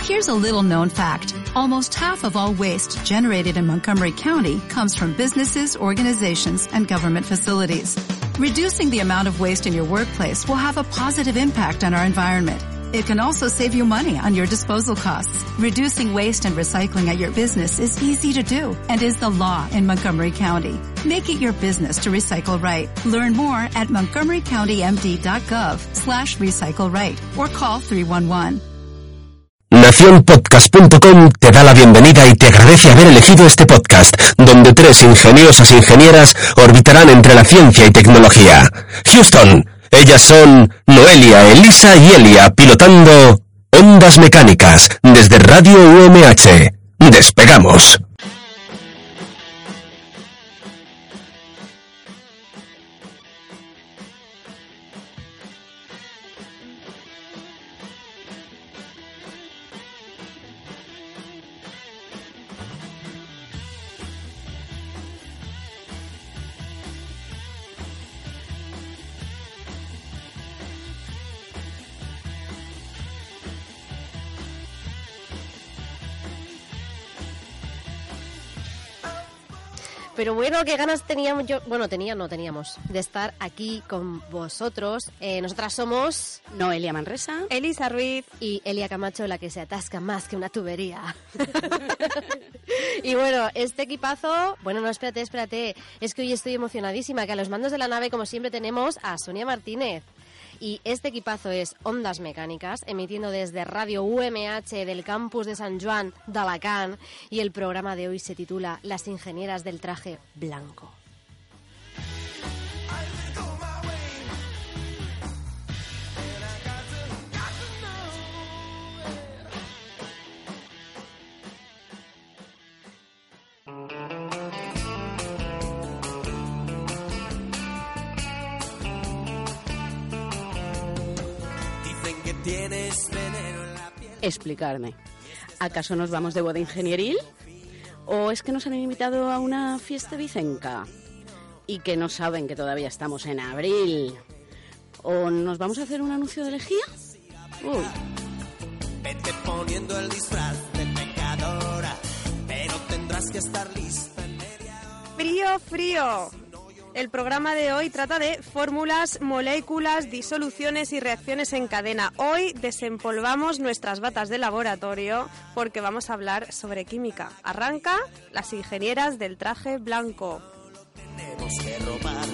Here's a little known fact. Almost half of all waste generated in Montgomery County comes from businesses, organizations, and government facilities. Reducing the amount of waste in your workplace will have a positive impact on our environment. It can also save you money on your disposal costs. Reducing waste and recycling at your business is easy to do and is the law in Montgomery County. Make it your business to recycle right. Learn more at montgomerycountymd.gov/recycle right or call 311. Nacionpodcast.com te da la bienvenida y te agradece haber elegido este podcast, donde 3 ingeniosas ingenieras orbitarán entre la ciencia y tecnología. Houston, ellas son Noelia, Elisa y Elia, pilotando Ondas Mecánicas desde Radio UMH. ¡Despegamos! Pero bueno, qué ganas teníamos teníamos de estar aquí con vosotros. Nosotras somos Noelia Manresa, Elisa Ruiz y Elia Camacho, la que se atasca más que una tubería. Y bueno, este equipazo... Bueno, no, espérate. Es que hoy estoy emocionadísima, que a los mandos de la nave, como siempre, tenemos a Sonia Martínez. Y este equipazo es Ondas Mecánicas, emitiendo desde Radio UMH del campus de Sant Joan d'Alacant, y el programa de hoy se titula Las ingenieras del traje blanco. Explicarme. ¿Acaso nos vamos de boda ingenieril? ¿O es que nos han invitado a una fiesta vicenca? ¿Y que no saben que todavía estamos en abril? ¿O nos vamos a hacer un anuncio de lejía? Uy. Vete poniendo el disfraz de pecadora, pero tendrás que estar lista en media hora. Frío. El programa de hoy trata de fórmulas, moléculas, disoluciones y reacciones en cadena. Hoy desempolvamos nuestras batas de laboratorio porque vamos a hablar sobre química. Arranca Las ingenieras del traje blanco. Tenemos que robar.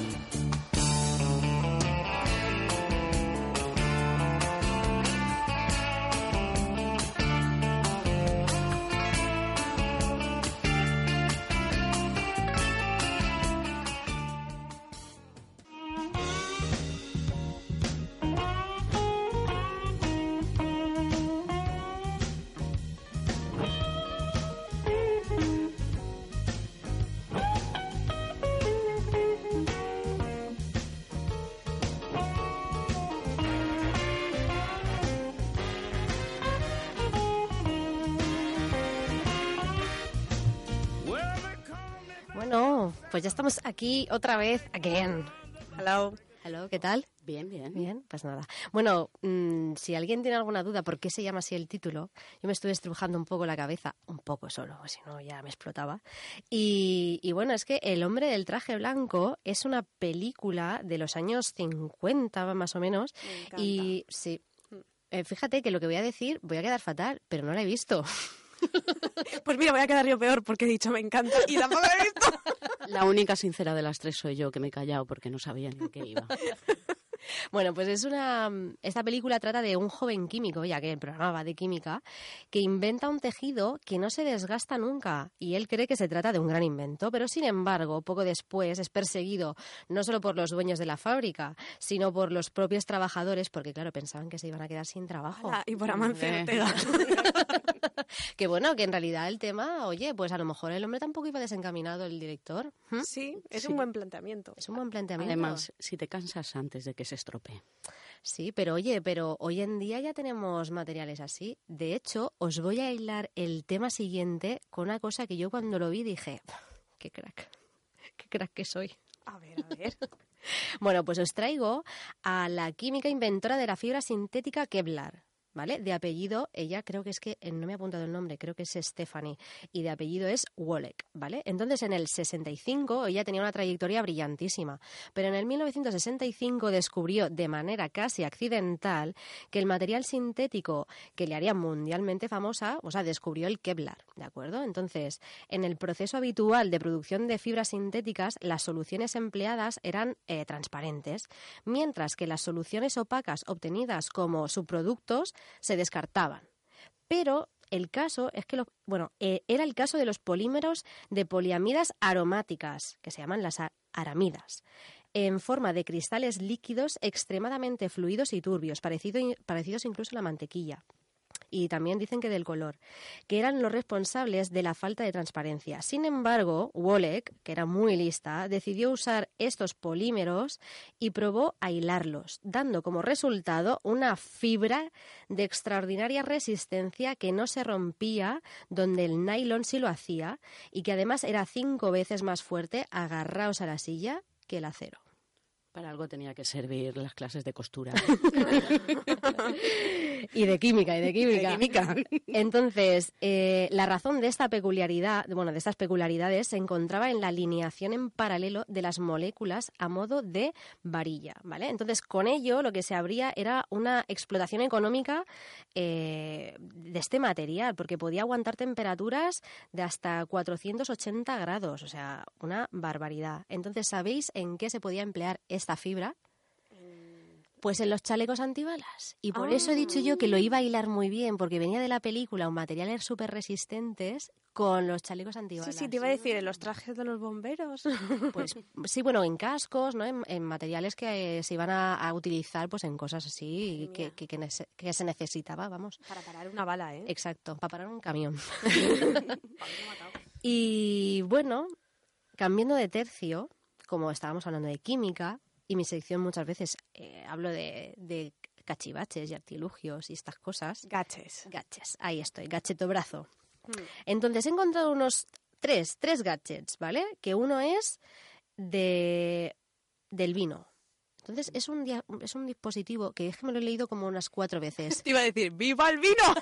Bueno, pues ya estamos aquí otra vez, again. Hello. Hello, ¿qué tal? Bien. Bien, pues nada. Bueno, si alguien tiene alguna duda por qué se llama así el título, yo me estuve estrujando un poco la cabeza, un poco solo, si no ya me explotaba. Y bueno, es que El hombre del traje blanco es una película de los años 50 más o menos. Me encanta. Y sí, fíjate que lo que voy a decir, voy a quedar fatal, pero no la he visto. Pues mira, voy a quedar yo peor porque he dicho me encanta y tampoco lo he visto. La única sincera de las 3 soy yo, que me he callado porque no sabía ni en qué iba. Bueno, pues esta película trata de un joven químico, ya que el programa va de química, que inventa un tejido que no se desgasta nunca y él cree que se trata de un gran invento, pero sin embargo, poco después es perseguido no solo por los dueños de la fábrica, sino por los propios trabajadores, porque claro, pensaban que se iban a quedar sin trabajo. Y por Amancio Ortega. Que bueno, que en realidad el tema, oye, pues a lo mejor el hombre tampoco iba desencaminado, el director. Sí, es un buen planteamiento. Es un buen planteamiento. Además, si te cansas antes de que se estropee. Sí, pero oye, hoy en día ya tenemos materiales así. De hecho, os voy a hilar el tema siguiente con una cosa que yo cuando lo vi dije, qué crack que soy. A ver. Bueno, pues os traigo a la química inventora de la fibra sintética Kevlar. ¿vale? De apellido, ella creo que no me he apuntado el nombre, creo que es Stephanie, y de apellido es Wolek, ¿vale? Entonces, en el 65 ella tenía una trayectoria brillantísima, pero en el 1965 descubrió de manera casi accidental que el material sintético que le haría mundialmente famosa, o sea, descubrió el Kevlar, ¿de acuerdo? Entonces, en el proceso habitual de producción de fibras sintéticas, las soluciones empleadas eran transparentes, mientras que las soluciones opacas obtenidas como subproductos se descartaban. Pero el caso es que era el caso de los polímeros de poliamidas aromáticas, que se llaman las aramidas, en forma de cristales líquidos extremadamente fluidos y turbios, parecidos incluso a la mantequilla. Y también dicen que del color, que eran los responsables de la falta de transparencia. Sin embargo, Wolek, que era muy lista, decidió usar estos polímeros y probó a hilarlos, dando como resultado una fibra de extraordinaria resistencia que no se rompía donde el nylon sí lo hacía y que además era 5 veces más fuerte, agarraos a la silla, que el acero. Para algo tenía que servir las clases de costura. Y de química. Entonces, la razón de esta peculiaridad, de estas peculiaridades, se encontraba en la alineación en paralelo de las moléculas a modo de varilla, ¿vale? Entonces, con ello, lo que se abría era una explotación económica de este material, porque podía aguantar temperaturas de hasta 480 grados, o sea, una barbaridad. Entonces, ¿sabéis en qué se podía emplear esta fibra? Pues en los chalecos antibalas. Y por eso he dicho yo que lo iba a hilar muy bien, porque venía de la película materiales súper resistentes con los chalecos antibalas. Sí, te iba a decir, en los trajes de los bomberos. Pues sí, bueno, en cascos, ¿no? En materiales que se iban a utilizar pues en cosas así que se necesitaba, vamos. Para parar una bala, ¿eh? Exacto, para parar un camión. Y bueno, cambiando de tercio, como estábamos hablando de química, y mi sección muchas veces hablo de cachivaches y artilugios y estas cosas. Gaches, ahí estoy, gachetobrazo. Entonces he encontrado unos tres gadgets, ¿vale? Que uno es del vino. Entonces es un dispositivo que es que me lo he leído como unas 4 veces. Te iba a decir, ¡viva el vino!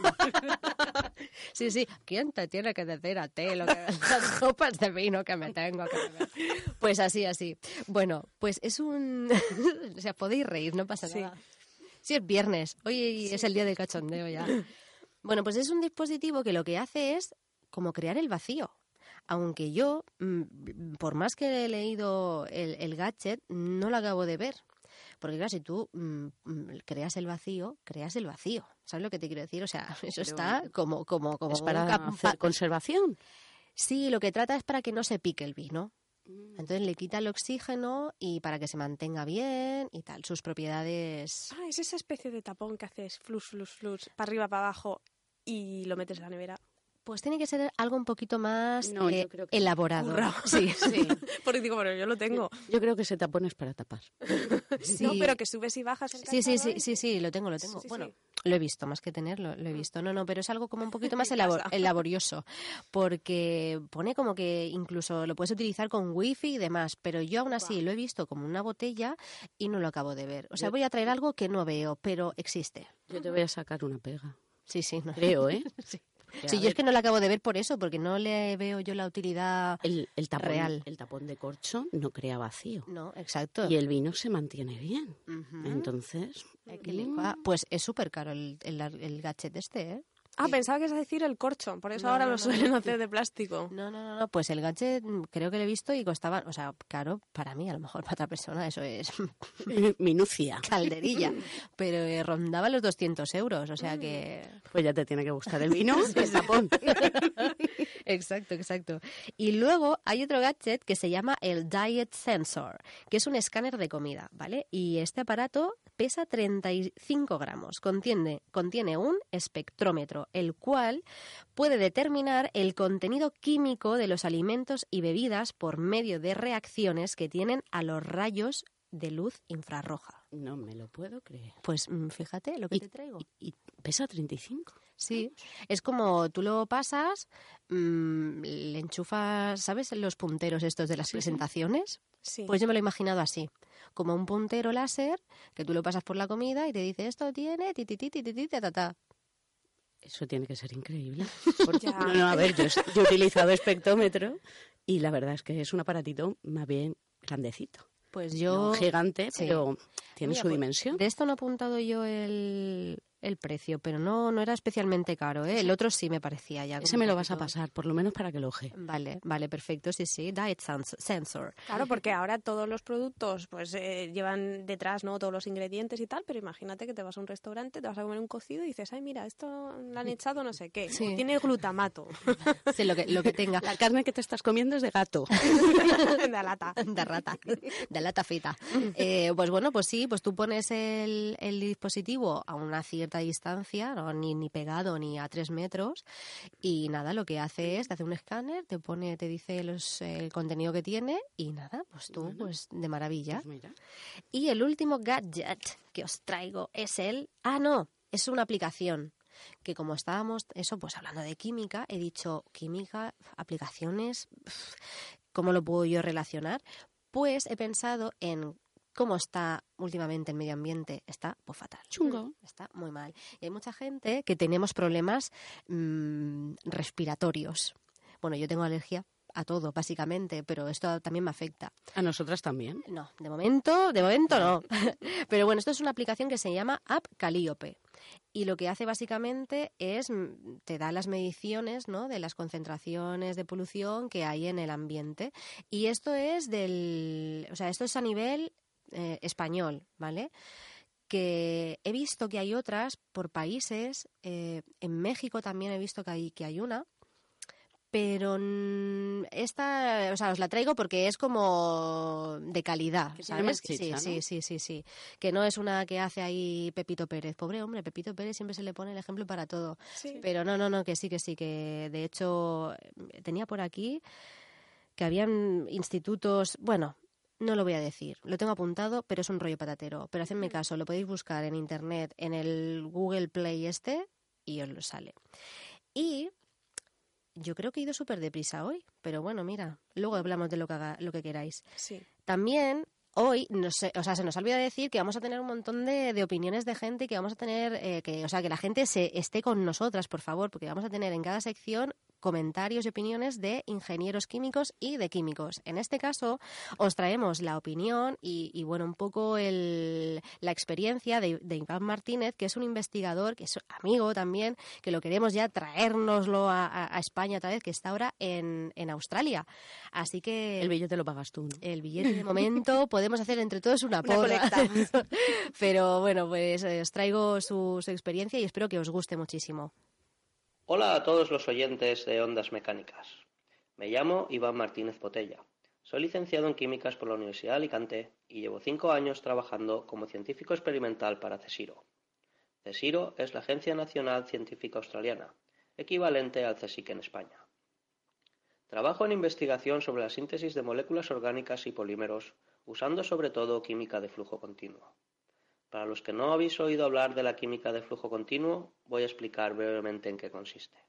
Sí. ¿Quién te tiene que decir a ti las copas de vino que me tengo que beber? Pues así. Bueno, pues es un... O sea, podéis reír, no pasa nada. Sí, es viernes. Hoy es el día del cachondeo ya. Bueno, pues es un dispositivo que lo que hace es como crear el vacío. Aunque yo, por más que he leído el gadget, no lo acabo de ver. Porque claro, si tú creas el vacío. ¿Sabes lo que te quiero decir? O sea, eso está como ¿Es para hacer conservación? Sí, lo que trata es para que no se pique el vino. Entonces le quita el oxígeno y para que se mantenga bien y tal, sus propiedades... Ah, es esa especie de tapón que haces flux, para arriba, para abajo y lo metes en la nevera. Pues tiene que ser algo un poquito más yo creo que elaborado. Sí. Porque digo, bueno, yo lo tengo. Yo creo que ese tapón es para tapar. Sí. No, pero que subes y bajas. Sí, lo tengo. Sí, bueno, lo he visto, más que tenerlo, lo he visto. No, pero es algo como un poquito más laborioso, porque pone como que incluso lo puedes utilizar con wifi y demás, pero yo aún así lo he visto como una botella y no lo acabo de ver. O sea, voy a traer algo que no veo, pero existe. Yo te voy a sacar una pega. Sí, no. Creo, ¿eh? Sí. Sí, yo es que no lo acabo de ver por eso, porque no le veo yo la utilidad el tapón, real. El tapón de corcho no crea vacío. No, exacto. Y el vino se mantiene bien. Entonces... Pues es súper caro el gadget este, ¿eh? Ah, pensaba que es decir el corcho, por eso ahora lo suelen hacer de plástico. No, pues el gadget creo que lo he visto y costaba, o sea, claro, para mí, a lo mejor para otra persona eso es... minucia. Calderilla, pero rondaba los 200 euros, o sea que... Pues ya te tiene que gustar el vino, el tapón. Exacto. Y luego hay otro gadget que se llama el Diet Sensor, que es un escáner de comida, ¿vale? Y este aparato pesa 35 gramos, contiene un espectrómetro, el cual puede determinar el contenido químico de los alimentos y bebidas por medio de reacciones que tienen a los rayos de luz infrarroja. No me lo puedo creer. Pues fíjate lo que te traigo. ¿Y pesa 35? Sí, es como tú lo pasas, le enchufas, ¿sabes? Los punteros estos de las presentaciones. Sí. Pues yo me lo he imaginado así, como un puntero láser que tú lo pasas por la comida y te dice esto tiene ti ta ta ta. Eso tiene que ser increíble. Ya. No, a ver, yo he utilizado espectómetro y la verdad es que es un aparatito más bien grandecito. Pues yo... No gigante, sí. pero tiene Mira, su pues, dimensión. De esto no he apuntado yo el precio, pero no era especialmente caro, ¿eh? El otro sí me parecía ya. Ese como me un lo vas a poquito- pasar, por lo menos para que lo oje. Vale, perfecto, sí, Diet Sensor. Claro, porque ahora todos los productos pues llevan detrás, ¿no?, todos los ingredientes y tal, pero imagínate que te vas a un restaurante, te vas a comer un cocido y dices, ay, mira, esto le han echado no sé qué, Sí. tiene glutamato. Sí, lo que tenga. La carne que te estás comiendo es de gato. De la lata. De lata fita. Pues bueno, pues sí, pues tú pones el dispositivo a una cierta distancia, ¿no? ni pegado ni a 3 metros, y nada, lo que hace es, te hace un escáner, te dice el contenido que tiene, y nada, pues tú, pues de maravilla. Pues mira. Y el último gadget que os traigo es es una aplicación. Que como estábamos, pues hablando de química, he dicho, química, aplicaciones, ¿cómo lo puedo yo relacionar? Pues he pensado en cómo está últimamente el medio ambiente. Está fatal. Chungo. Está muy mal. Y hay mucha gente que tenemos problemas respiratorios. Bueno, yo tengo alergia a todo, básicamente, pero esto también me afecta. A nosotras también. No, de momento no. Pero bueno, esto es una aplicación que se llama App Calliope. Y lo que hace básicamente es, te da las mediciones, ¿no?, de las concentraciones de polución que hay en el ambiente. Y esto es esto es a nivel español, ¿vale? Que he visto que hay otras por países, en México también he visto que hay una, pero esta, os la traigo porque es como de calidad, Que tiene ¿sabes? más chicha, Sí. Que no es una que hace ahí Pepito Pérez. Pobre hombre, Pepito Pérez siempre se le pone el ejemplo para todo. Sí. Pero no, que sí, que de hecho tenía por aquí que habían institutos, bueno, no lo voy a decir, lo tengo apuntado, pero es un rollo patatero. Pero hacedme caso, lo podéis buscar en internet, en el Google Play y os lo sale. Y yo creo que he ido súper deprisa hoy, pero bueno, mira, luego hablamos de lo que queráis. Sí. También hoy, se nos olvida decir que vamos a tener un montón de opiniones de gente y que vamos a tener, que la gente esté con nosotras, por favor, porque vamos a tener en cada sección comentarios y opiniones de ingenieros químicos y de químicos. En este caso, os traemos la opinión y bueno, un poco la experiencia de Iván Martínez, que es un investigador, que es amigo también, que lo queremos ya traérnoslo a España otra vez, que está ahora en Australia. Así que... El billete lo pagas tú, ¿no? El billete, de momento, podemos hacer entre todos una porra. Pero bueno, pues os traigo su experiencia y espero que os guste muchísimo. Hola a todos los oyentes de Ondas Mecánicas. Me llamo Iván Martínez Botella. Soy licenciado en Químicas por la Universidad de Alicante y llevo 5 años trabajando como científico experimental para CSIRO. CSIRO es la Agencia Nacional Científica Australiana, equivalente al CSIC en España. Trabajo en investigación sobre la síntesis de moléculas orgánicas y polímeros, usando sobre todo química de flujo continuo. Para los que no habéis oído hablar de la química de flujo continuo, voy a explicar brevemente en qué consiste.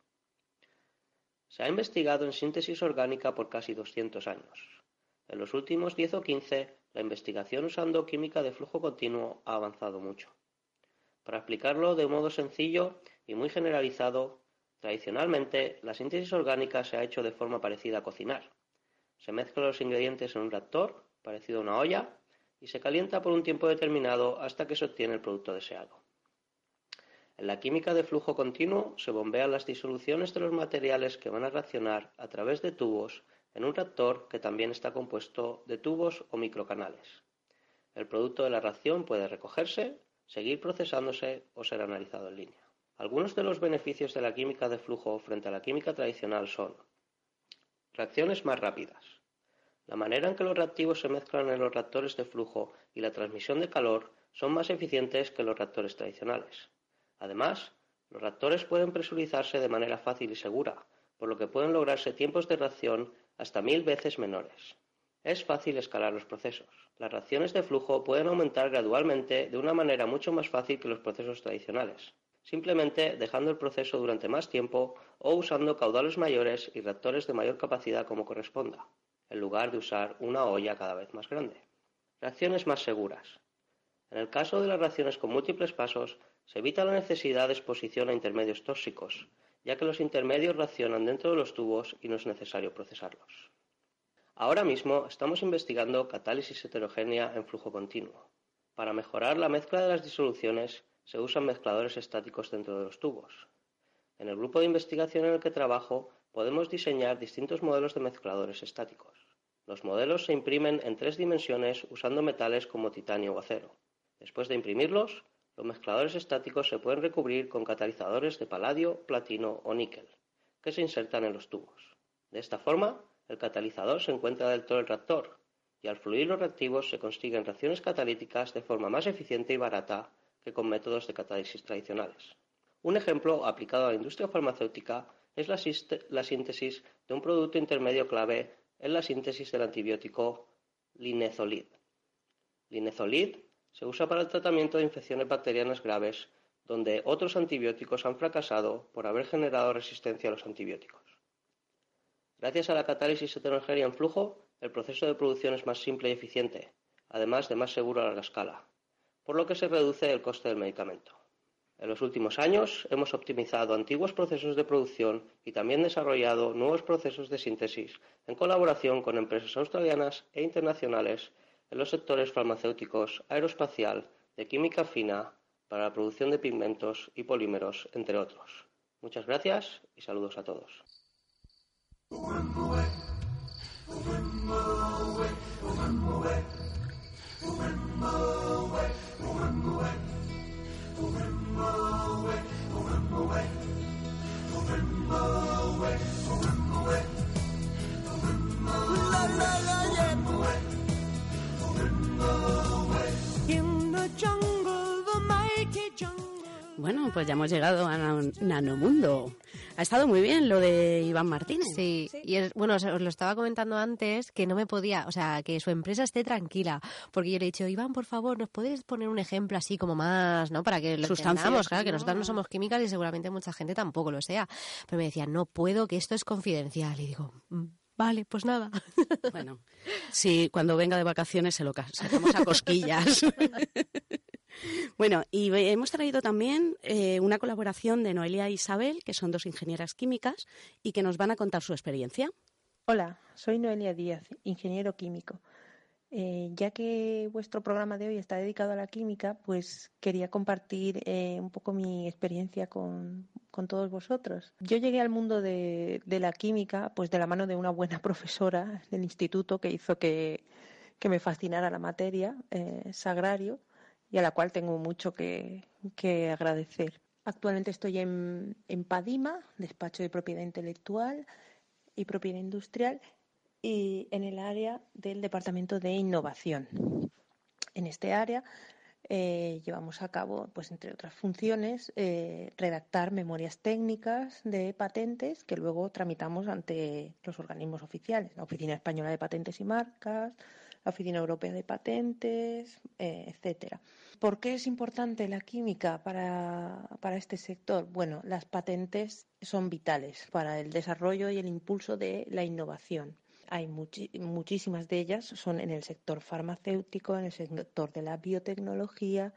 Se ha investigado en síntesis orgánica por casi 200 años. En los últimos 10 o 15, la investigación usando química de flujo continuo ha avanzado mucho. Para explicarlo de un modo sencillo y muy generalizado, tradicionalmente la síntesis orgánica se ha hecho de forma parecida a cocinar. Se mezclan los ingredientes en un reactor, parecido a una olla, y se calienta por un tiempo determinado hasta que se obtiene el producto deseado. En la química de flujo continuo se bombean las disoluciones de los materiales que van a reaccionar a través de tubos en un reactor que también está compuesto de tubos o microcanales. El producto de la reacción puede recogerse, seguir procesándose o ser analizado en línea. Algunos de los beneficios de la química de flujo frente a la química tradicional son: reacciones más rápidas. La manera en que los reactivos se mezclan en los reactores de flujo y la transmisión de calor son más eficientes que los reactores tradicionales. Además, los reactores pueden presurizarse de manera fácil y segura, por lo que pueden lograrse tiempos de reacción hasta 1000 veces menores. Es fácil escalar los procesos. Las reacciones de flujo pueden aumentar gradualmente de una manera mucho más fácil que los procesos tradicionales, simplemente dejando el proceso durante más tiempo o usando caudales mayores y reactores de mayor capacidad como corresponda. en lugar de usar una olla cada vez más grande. Reacciones más seguras. En el caso de las reacciones con múltiples pasos, se evita la necesidad de exposición a intermedios tóxicos, ya que los intermedios reaccionan dentro de los tubos y no es necesario procesarlos. Ahora mismo estamos investigando catálisis heterogénea en flujo continuo. Para mejorar la mezcla de las disoluciones, se usan mezcladores estáticos dentro de los tubos. En el grupo de investigación en el que trabajo, podemos diseñar distintos modelos de mezcladores estáticos. Los modelos se imprimen en 3 dimensiones usando metales como titanio o acero. Después de imprimirlos, los mezcladores estáticos se pueden recubrir con catalizadores de paladio, platino o níquel, que se insertan en los tubos. De esta forma, el catalizador se encuentra dentro del reactor, y al fluir los reactivos se consiguen reacciones catalíticas de forma más eficiente y barata que con métodos de catálisis tradicionales. Un ejemplo aplicado a la industria farmacéutica es la síntesis de un producto intermedio clave en la síntesis del antibiótico linezolid. Linezolid se usa para el tratamiento de infecciones bacterianas graves donde otros antibióticos han fracasado por haber generado resistencia a los antibióticos. Gracias a la catálisis heterogénea en flujo, el proceso de producción es más simple y eficiente, además de más seguro a larga escala, por lo que se reduce el coste del medicamento. En los últimos años hemos optimizado antiguos procesos de producción y también desarrollado nuevos procesos de síntesis en colaboración con empresas australianas e internacionales en los sectores farmacéuticos, aeroespacial, de química fina, para la producción de pigmentos y polímeros, entre otros. Muchas gracias y saludos a todos. Bueno, pues ya hemos llegado a Nanomundo. Ha estado muy bien lo de Iván Martínez. Sí, y bueno, os lo estaba comentando antes que no me podía, o sea, que su empresa esté tranquila, porque yo le he dicho, Iván, por favor, ¿nos puedes poner un ejemplo así como más, ¿no? Para que lo entendamos, claro, que nosotros no somos químicas y seguramente mucha gente tampoco lo sea. Pero me decía, no puedo, que esto es confidencial. Y digo, vale, pues nada. Bueno, sí, cuando venga de vacaciones se lo sacamos a cosquillas. Bueno, y hemos traído también una colaboración de Noelia e Isabel, que son 2 ingenieras químicas y que nos van a contar su experiencia. Hola, soy Noelia Díaz, ingeniero químico. Ya que vuestro programa de hoy está dedicado a la química, pues quería compartir un poco mi experiencia con todos vosotros. Yo llegué al mundo de la química pues de la mano de una buena profesora del instituto que hizo que me fascinara la materia, Sagrario, y a la cual tengo mucho que agradecer. Actualmente estoy en Padima, despacho de propiedad intelectual y propiedad industrial, y en el área del departamento de innovación. En este área llevamos a cabo, pues entre otras funciones, redactar memorias técnicas de patentes que luego tramitamos ante los organismos oficiales, la Oficina Española de Patentes y Marcas, la Oficina Europea de Patentes, etcétera. ¿Por qué es importante la química para este sector? Bueno, las patentes son vitales para el desarrollo y el impulso de la innovación. Hay muchísimas de ellas, son en el sector farmacéutico, en el sector de la biotecnología,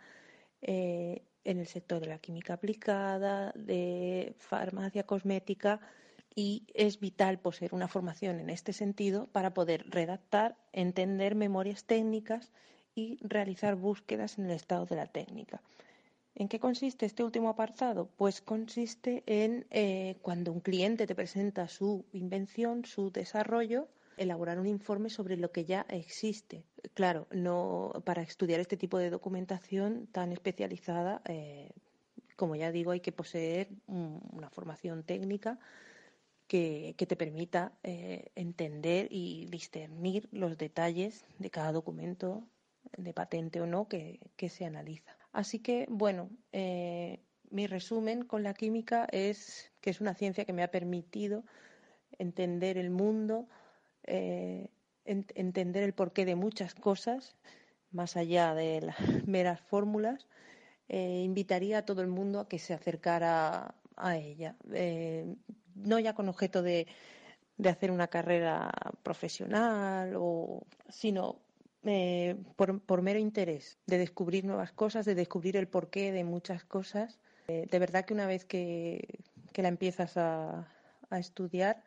en el sector de la química aplicada, de farmacia cosmética, y es vital poseer una formación en este sentido para poder redactar, entender memorias técnicas y realizar búsquedas en el estado de la técnica. ¿En qué consiste este último apartado? Pues consiste en cuando un cliente te presenta su invención, su desarrollo, elaborar un informe sobre lo que ya existe. Claro, no para estudiar este tipo de documentación tan especializada, como ya digo, hay que poseer una formación técnica que te permita entender y discernir los detalles de cada documento, de patente o no, que se analiza. Así que, bueno, mi resumen con la química es que es una ciencia que me ha permitido entender el mundo, entender el porqué de muchas cosas, más allá de las meras fórmulas. Invitaría a todo el mundo a que se acercara a ella, no ya con objeto de hacer una carrera profesional, sino por mero interés, de descubrir nuevas cosas, de descubrir el porqué de muchas cosas. De verdad que una vez que la empiezas a estudiar,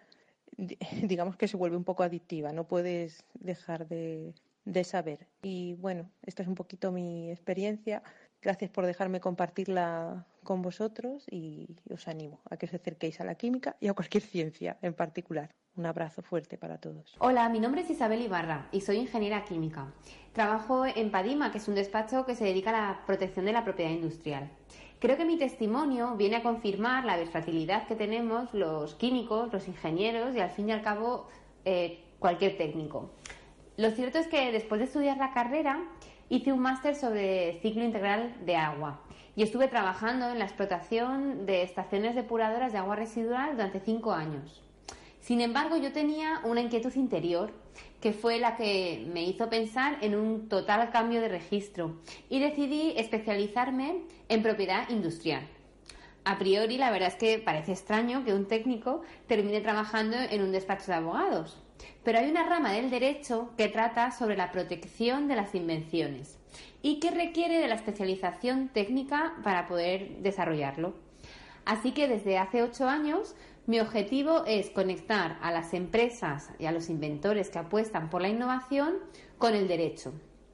digamos que se vuelve un poco adictiva, no puedes dejar de saber. Y bueno, esta es un poquito mi experiencia. Gracias por dejarme compartirla con vosotros y os animo a que os acerquéis a la química y a cualquier ciencia en particular. Un abrazo fuerte para todos. Hola, mi nombre es Isabel Ibarra y soy ingeniera química. Trabajo en Padima, que es un despacho que se dedica a la protección de la propiedad industrial. Creo que mi testimonio viene a confirmar la versatilidad que tenemos los químicos, los ingenieros y al fin y al cabo cualquier técnico. Lo cierto es que después de estudiar la carrera hice un máster sobre ciclo integral de agua y estuve trabajando en la explotación de estaciones depuradoras de agua residual durante 5 años. Sin embargo, yo tenía una inquietud interior que fue la que me hizo pensar en un total cambio de registro y decidí especializarme en propiedad industrial. A priori, la verdad es que parece extraño que un técnico termine trabajando en un despacho de abogados, pero hay una rama del derecho que trata sobre la protección de las invenciones y que requiere de la especialización técnica para poder desarrollarlo. Así que desde hace 8 años mi objetivo es conectar a las empresas y a los inventores que apuestan por la innovación con el derecho.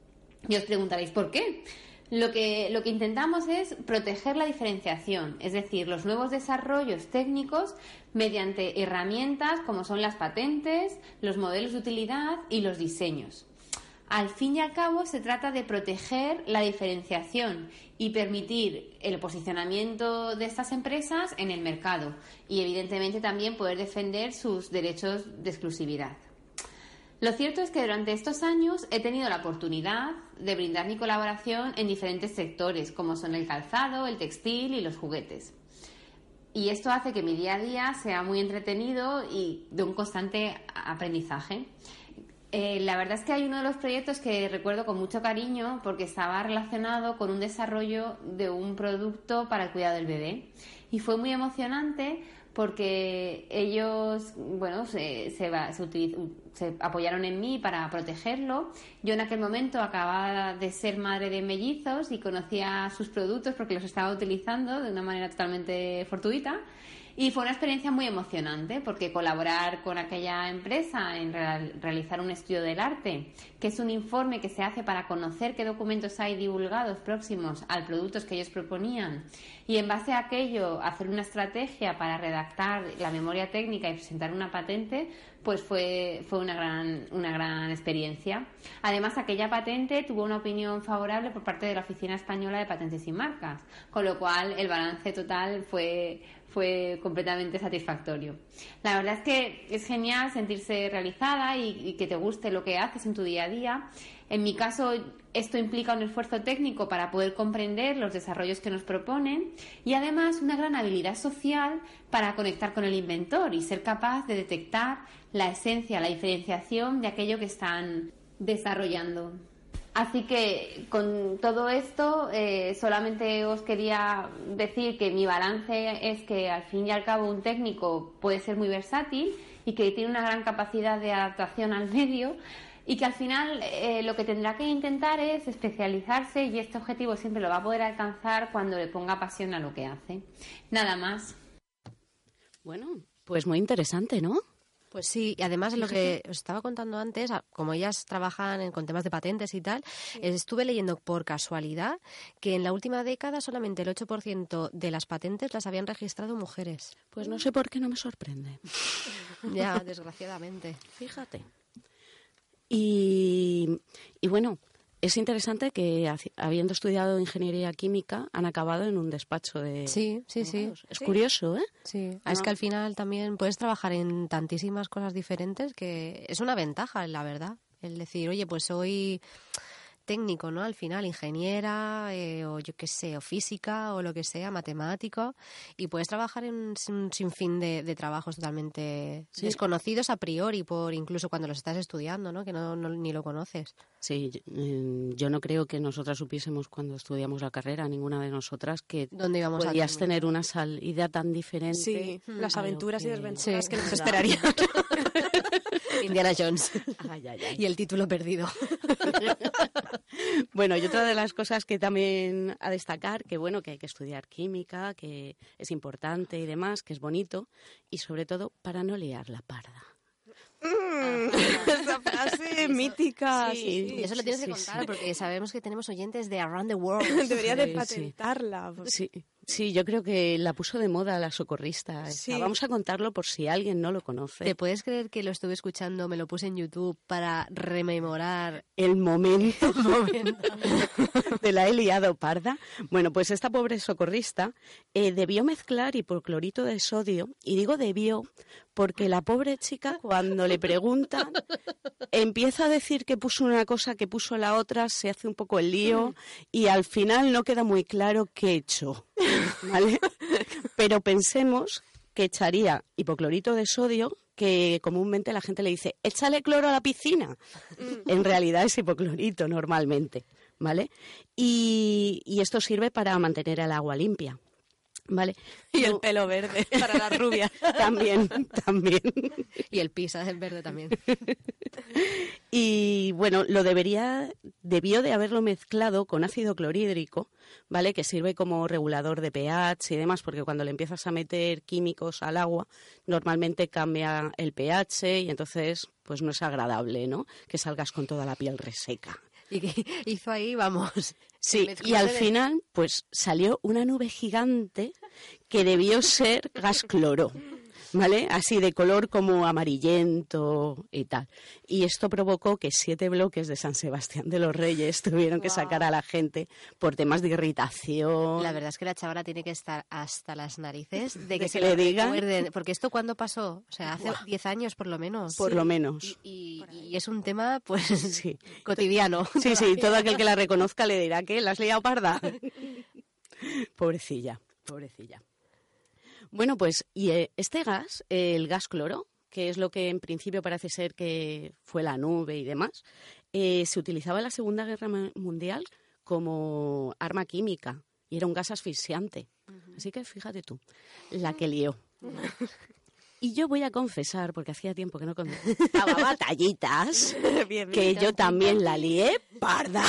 Y os preguntaréis ¿por qué? Lo que intentamos es proteger la diferenciación, es decir, los nuevos desarrollos técnicos mediante herramientas como son las patentes, los modelos de utilidad y los diseños. Al fin y al cabo se trata de proteger la diferenciación y permitir el posicionamiento de estas empresas en el mercado y evidentemente también poder defender sus derechos de exclusividad. Lo cierto es que durante estos años he tenido la oportunidad de brindar mi colaboración en diferentes sectores como son el calzado, el textil y los juguetes. Y esto hace que mi día a día sea muy entretenido y de un constante aprendizaje. La verdad es que hay uno de los proyectos que recuerdo con mucho cariño porque estaba relacionado con un desarrollo de un producto para el cuidado del bebé y fue muy emocionante porque ellos, bueno, se apoyaron en mí para protegerlo. Yo en aquel momento acababa de ser madre de mellizos y conocía sus productos porque los estaba utilizando de una manera totalmente fortuita. Y fue una experiencia muy emocionante porque colaborar con aquella empresa en realizar un estudio del arte, que es un informe que se hace para conocer qué documentos hay divulgados próximos al producto que ellos proponían y en base a aquello hacer una estrategia para redactar la memoria técnica y presentar una patente, pues fue una gran experiencia. Además, aquella patente tuvo una opinión favorable por parte de la Oficina Española de Patentes y Marcas, con lo cual el balance total fue completamente satisfactorio. La verdad es que es genial sentirse realizada y que te guste lo que haces en tu día a día. En mi caso, esto implica un esfuerzo técnico para poder comprender los desarrollos que nos proponen y además una gran habilidad social para conectar con el inventor y ser capaz de detectar la esencia, la diferenciación de aquello que están desarrollando. Así que con todo esto solamente os quería decir que mi balance es que al fin y al cabo un técnico puede ser muy versátil y que tiene una gran capacidad de adaptación al medio y que al final lo que tendrá que intentar es especializarse y este objetivo siempre lo va a poder alcanzar cuando le ponga pasión a lo que hace. Nada más. Bueno, pues muy interesante, ¿no? Pues sí, y además lo que os estaba contando antes, como ellas trabajan con temas de patentes y tal, estuve leyendo por casualidad que en la última década solamente el 8% de las patentes las habían registrado mujeres. Pues no sé por qué no me sorprende. Ya, desgraciadamente. Fíjate. Y bueno, es interesante que habiendo estudiado ingeniería química han acabado en un despacho de... Sí. Es curioso, ¿eh? Sí, es que al final también puedes trabajar en tantísimas cosas diferentes que es una ventaja, la verdad. El decir, oye, pues hoy técnico, ¿no? Al final, ingeniera, o yo qué sé, o física, o lo que sea, matemático, y puedes trabajar en un sinfín de trabajos totalmente desconocidos a priori, por incluso cuando los estás estudiando, ¿no? Que ni lo conoces. Sí, yo no creo que nosotras supiésemos cuando estudiamos la carrera, ninguna de nosotras, que ¿dónde íbamos podías tener una salida tan diferente. Sí, las aventuras y desventuras que nos Claro. esperarían. Indiana Jones. Ay. Y el título perdido. Bueno, y otra de las cosas que también a destacar, que bueno, que hay que estudiar química, que es importante y demás, que es bonito, y sobre todo para no liar la parda. Esa frase mítica. Sí, y eso lo tienes que contar porque sabemos que tenemos oyentes de around the world. Debería de Sí. patentarla. Sí, yo creo que la puso de moda la socorrista. Sí. Vamos a contarlo por si alguien no lo conoce. ¿Te puedes creer que lo estuve escuchando, me lo puse en YouTube para rememorar El momento momento? de la he liado parda. Bueno, pues esta pobre socorrista debió mezclar hipoclorito de sodio, y digo debió porque la pobre chica, cuando le preguntan, empieza a decir que puso una cosa, que puso la otra, se hace un poco el lío y al final no queda muy claro qué echó, ¿vale? Pero pensemos que echaría hipoclorito de sodio, que comúnmente la gente le dice, échale cloro a la piscina. En realidad es hipoclorito normalmente, ¿vale? Y esto sirve para mantener el agua limpia, ¿vale? Y el pelo verde para las rubias. También. Y el pisa del verde también. Y bueno, debió de haberlo mezclado con ácido clorhídrico, ¿vale? Que sirve como regulador de pH y demás, porque cuando le empiezas a meter químicos al agua, normalmente cambia el pH y entonces pues no es agradable, ¿no? Que salgas con toda la piel reseca. Y que hizo ahí, vamos. Sí, y al final pues salió una nube gigante que debió ser gas cloro, ¿vale? Así de color como amarillento y tal. Y esto provocó que 7 bloques de San Sebastián de los Reyes tuvieron que sacar a la gente por temas de irritación. La verdad es que la chavala tiene que estar hasta las narices de que se le lo digan. recuerden. Porque esto, ¿cuándo pasó? O sea, hace 10 años por lo menos. Por lo menos. Y es un tema, pues, Sí. cotidiano. Sí, todo aquel que la reconozca le dirá que la has liado parda. Pobrecilla. Bueno, pues, y este gas, el gas cloro, que es lo que en principio parece ser que fue la nube y demás, se utilizaba en la Segunda Guerra Mundial como arma química y era un gas asfixiante. Así que fíjate tú, la que lió. Y yo voy a confesar, porque hacía tiempo que no contaba batallitas, Bien, que yo también la lié parda.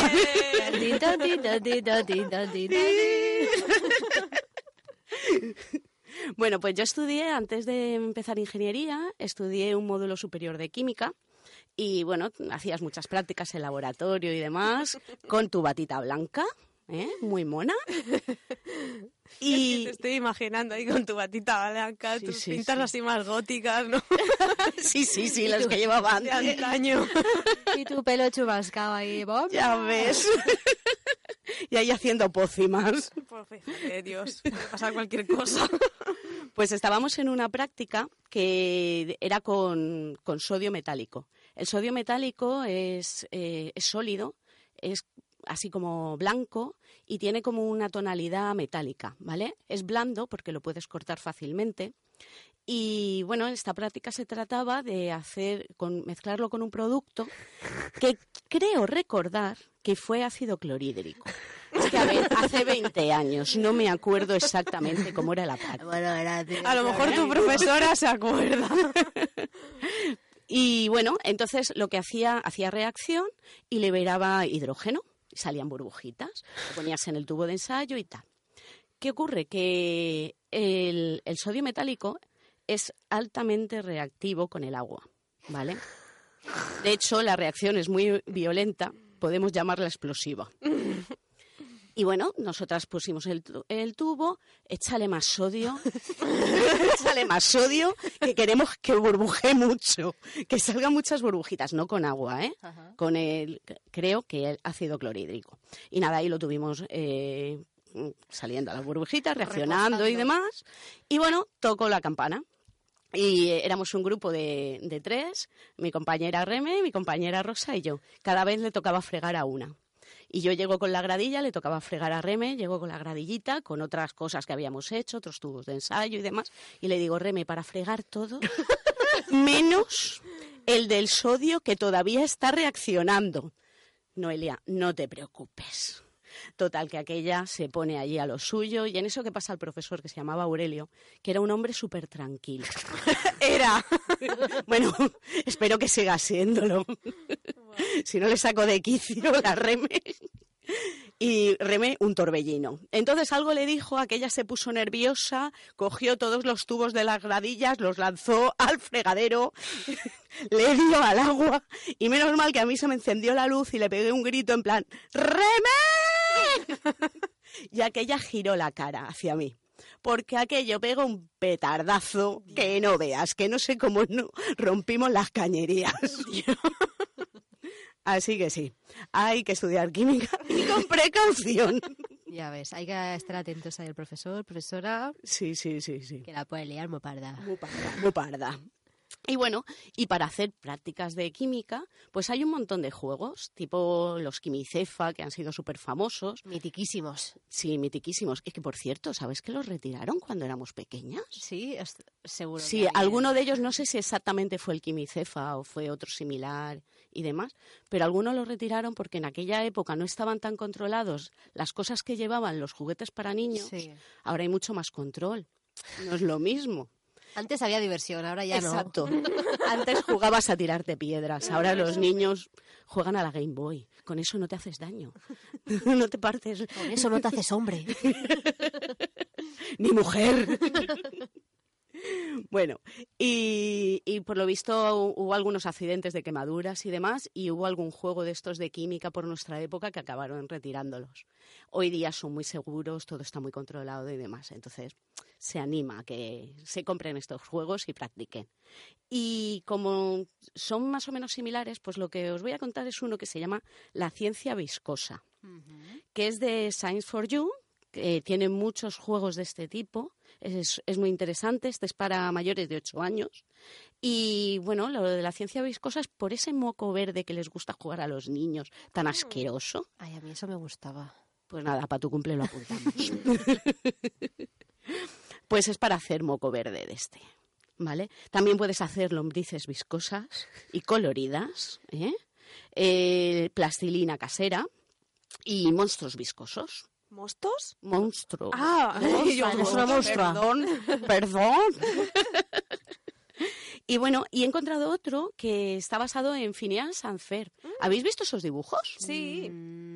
Bueno, pues yo estudié, antes de empezar ingeniería, estudié un módulo superior de química y, bueno, hacías muchas prácticas en laboratorio y demás, con tu batita blanca, muy mona. Y te estoy imaginando ahí con tu batita blanca, Sí, tus sí, pintas sí. así más góticas, ¿no? Sí, los que llevaba De antes. antaño. Y tu pelo chubascado ahí, ¡bom! Ya ves. Y ahí haciendo pócimas. Pues fíjate, Dios, puede pasar cualquier cosa. Pues estábamos en una práctica que era con sodio metálico. El sodio metálico es sólido, es así como blanco y tiene como una tonalidad metálica, ¿vale? Es blando porque lo puedes cortar fácilmente. Y bueno, esta práctica se trataba de mezclarlo con un producto que creo recordar que fue ácido clorhídrico. Es que, a ver, hace 20 años, no me acuerdo exactamente cómo era la práctica. Bueno, A lo mejor tu profesora se acuerda. Y bueno, entonces lo que hacía reacción y liberaba hidrógeno, y salían burbujitas, lo ponías en el tubo de ensayo y tal. ¿Qué ocurre? Que el sodio metálico es altamente reactivo con el agua, ¿vale? De hecho, la reacción es muy violenta, podemos llamarla explosiva. Y bueno, nosotras pusimos el tubo, échale más sodio, que queremos que burbuje mucho, que salgan muchas burbujitas, no con agua, con creo que el ácido clorhídrico. Y nada, ahí lo tuvimos saliendo a las burbujitas, reaccionando y demás. Y bueno, tocó la campana. Y éramos un grupo de 3, mi compañera Reme, mi compañera Rosa y yo. Cada vez le tocaba fregar a una. Y yo llego con la gradilla, le tocaba fregar a Reme, llego con la gradillita, con otras cosas que habíamos hecho, otros tubos de ensayo y demás, y le digo, Reme, para fregar todo, menos el del sodio que todavía está reaccionando. Noelia, no te preocupes. Total, que aquella se pone allí a lo suyo y en eso que pasa el profesor, que se llamaba Aurelio, que era un hombre súper tranquilo. Era. Bueno, espero que siga siéndolo. Si no le saco de quicio la Reme. Y Reme un torbellino. Entonces algo le dijo, aquella se puso nerviosa, cogió todos los tubos de las gradillas, los lanzó al fregadero, le dio al agua y menos mal que a mí se me encendió la luz y le pegué un grito en plan ¡Reme! Y aquella giró la cara hacia mí. Porque aquello pegó un petardazo que no veas, que no sé cómo no rompimos las cañerías. Así que sí, hay que estudiar química y con precaución. Ya ves, hay que estar atentos ahí al profesor, profesora. Sí. Que la puede liar muy parda. Muy parda. Y bueno, y para hacer prácticas de química, pues hay un montón de juegos, tipo los Quimicefa, que han sido súper famosos. Mitiquísimos. Sí, mitiquísimos. Es que, por cierto, ¿sabes que los retiraron cuando éramos pequeñas? Sí, seguro. Sí, alguno de ellos, no sé si exactamente fue el Quimicefa o fue otro similar y demás, pero algunos los retiraron porque en aquella época no estaban tan controlados las cosas que llevaban los juguetes para niños. Sí. Ahora hay mucho más control. No es lo mismo. Antes había diversión, ahora ya Exacto. No. Antes jugabas a tirarte piedras, ahora los niños juegan a la Game Boy. Con eso no te haces daño, no te partes. Con eso no te haces hombre. Ni mujer. Bueno, y por lo visto hubo algunos accidentes de quemaduras y demás, y hubo algún juego de estos de química por nuestra época que acabaron retirándolos. Hoy día son muy seguros, todo está muy controlado y demás, entonces se anima a que se compren estos juegos y practiquen. Y como son más o menos similares, pues lo que os voy a contar es uno que se llama La ciencia viscosa, que es de Science for You, que tiene muchos juegos de este tipo, es muy interesante, este es para mayores de 8 años. Y bueno, lo de la ciencia viscosa es por ese moco verde que les gusta jugar a los niños, tan asqueroso. Ay, a mí eso me gustaba. Pues nada, para tu cumple lo apuntamos. Pues es para hacer moco verde de este, ¿vale? También puedes hacer lombrices viscosas y coloridas, plastilina casera y monstruos viscosos. ¿Mostos? Monstruos. Ah, es una monstrua. Perdón. Y bueno, y he encontrado otro que está basado en Phineas and Ferb. ¿Habéis visto esos dibujos? Sí.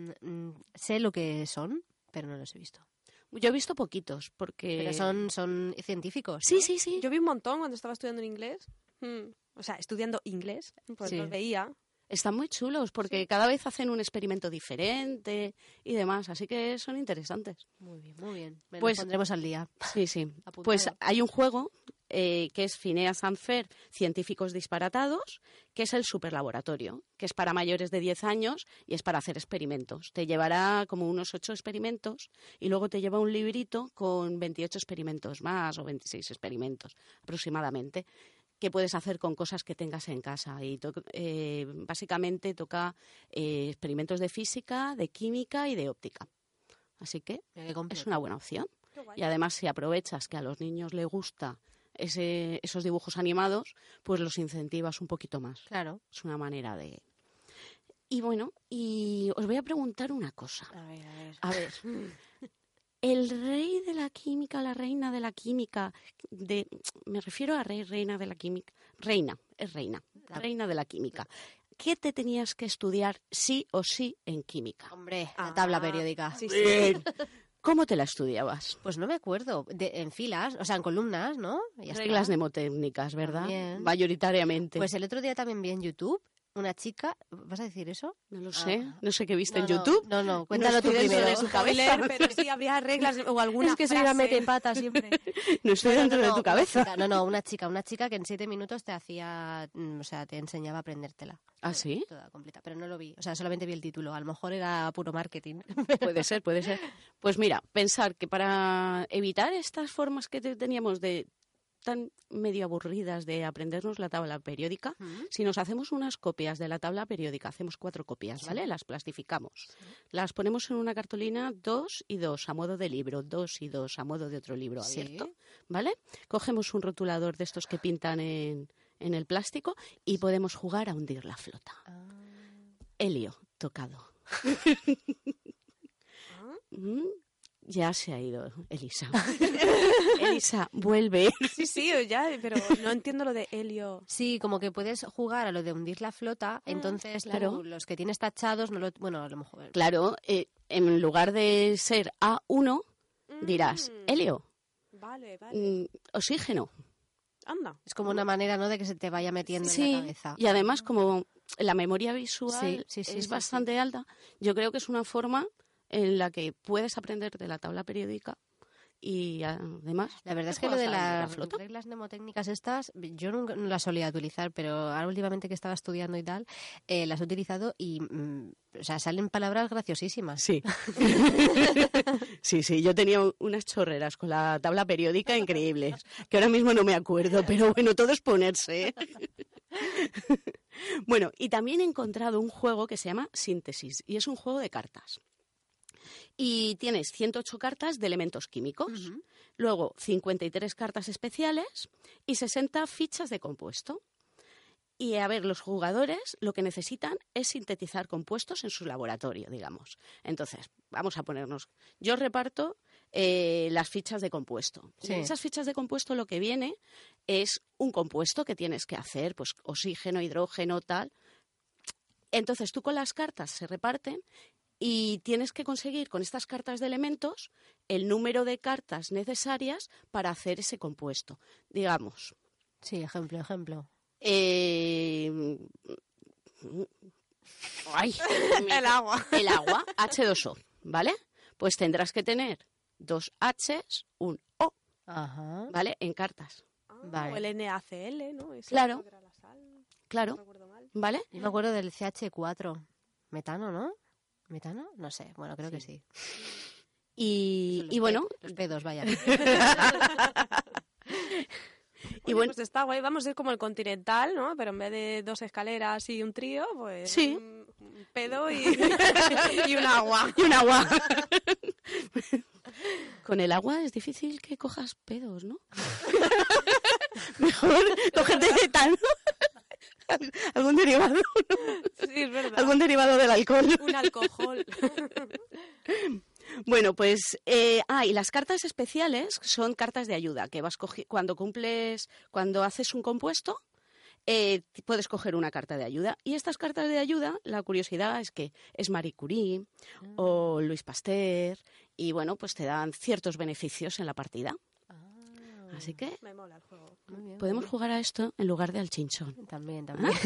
Sé lo que son, pero no los he visto. Yo he visto poquitos, porque... Pero son científicos, ¿no? Sí. Yo vi un montón cuando estaba estudiando en inglés. O sea, estudiando inglés, pues los veía. Están muy chulos porque cada vez hacen un experimento diferente y demás, así que son interesantes. Muy bien. Pues nos pondremos al día. Sí. Apuntado. Pues hay un juego que es Phineas and Ferb, Científicos Disparatados, que es el superlaboratorio, que es para mayores de 10 años y es para hacer experimentos. Te llevará como unos 8 experimentos y luego te lleva un librito con 28 experimentos más o 26 experimentos aproximadamente, que puedes hacer con cosas que tengas en casa. Y básicamente toca experimentos de física, de química y de óptica. Así que es una buena opción. Y además, si aprovechas que a los niños les gusta esos dibujos animados, pues los incentivas un poquito más. Claro. Es una manera de... Y bueno, y os voy a preguntar una cosa. A ver. El rey de la química, la reina de la química, me refiero a reina de la química, reina de la química. ¿Qué te tenías que estudiar sí o sí en química? Hombre, la tabla periódica. Sí. ¿Cómo te la estudiabas? Pues no me acuerdo. En filas, o sea, en columnas, ¿no? Reglas mnemotécnicas, ¿verdad? También. Mayoritariamente. Pues el otro día también vi en YouTube una chica... ¿Vas a decir eso? No lo sé. No sé qué viste en YouTube. No, cuéntalo tú primero. De su cabeza. Pero sí había reglas o alguna Es que soy una metepata siempre. No estoy dentro de tu cabeza. Una chica que en 7 minutos te hacía... O sea, te enseñaba a aprendértela. ¿Ah, sí? Toda completa, pero no lo vi. O sea, solamente vi el título. A lo mejor era puro marketing. Puede ser. Pues mira, pensar que para evitar estas formas que teníamos de tan medio aburridas de aprendernos la tabla periódica, si nos hacemos unas copias de la tabla periódica, hacemos 4 copias, ¿vale? Las plastificamos. Las ponemos en una cartulina 2 y 2 a modo de libro, 2 y 2 a modo de otro libro abierto, ¿vale? Cogemos un rotulador de estos que pintan en el plástico y podemos jugar a hundir la flota. Helio, tocado. Ya se ha ido Elisa. Elisa, vuelve. Sí, ya, pero no entiendo lo de helio. Sí, como que puedes jugar a lo de hundir la flota, entonces claro. tú, los que tienes tachados, no lo, bueno, a lo mejor... Claro, en lugar de ser A1, dirás helio, Vale. oxígeno. Anda. Es como una manera, ¿no?, de que se te vaya metiendo en la cabeza. Y además, como la memoria visual Sí, es bastante alta, yo creo que es una forma en la que puedes aprender de la tabla periódica y además... La verdad es que lo de las reglas mnemotécnicas estas, yo nunca no las solía utilizar, pero ahora últimamente que estaba estudiando y tal, las he utilizado y, o sea, salen palabras graciosísimas. Sí. Sí, yo tenía unas chorreras con la tabla periódica increíbles, que ahora mismo no me acuerdo, pero bueno, todo es ponerse. Bueno, y también he encontrado un juego que se llama Síntesis, y es un juego de cartas. Y tienes 108 cartas de elementos químicos, luego 53 cartas especiales y 60 fichas de compuesto. Y a ver, los jugadores lo que necesitan es sintetizar compuestos en su laboratorio, digamos. Entonces, vamos a ponernos... Yo reparto las fichas de compuesto. Sí. En esas fichas de compuesto lo que viene es un compuesto que tienes que hacer, pues oxígeno, hidrógeno, tal. Entonces, tú con las cartas se reparten y tienes que conseguir con estas cartas de elementos el número de cartas necesarias para hacer ese compuesto. Digamos. Sí, ejemplo. El agua. El agua, H2O, ¿vale? Pues tendrás que tener 2 Hs, un O, ¿vale? En cartas. Vale. O el NaCl, ¿no? Ese Claro. era la sal, Claro, no recuerdo mal. ¿vale? Yo me acuerdo del CH4. Metano, ¿no? ¿Metano? No sé. Bueno, creo que sí. Y bueno... Los pedos, vaya. Y bueno, pues está guay. Vamos a ir como el Continental, ¿no? Pero en vez de 2 escaleras y un trío, pues Sí. un pedo y un agua. Y un agua. Con el agua es difícil que cojas pedos, ¿no? Mejor cógete etano. Algún derivado, ¿no? Sí, es verdad. Algún derivado del alcohol. Un alcohol. Bueno, pues, y las cartas especiales son cartas de ayuda, que vas cuando haces un compuesto, puedes coger una carta de ayuda. Y estas cartas de ayuda, la curiosidad es que es Marie Curie o Louis Pasteur, y bueno, pues te dan ciertos beneficios en la partida. Así que Me mola el juego. Muy bien, podemos jugar a esto en lugar de al chinchón. También.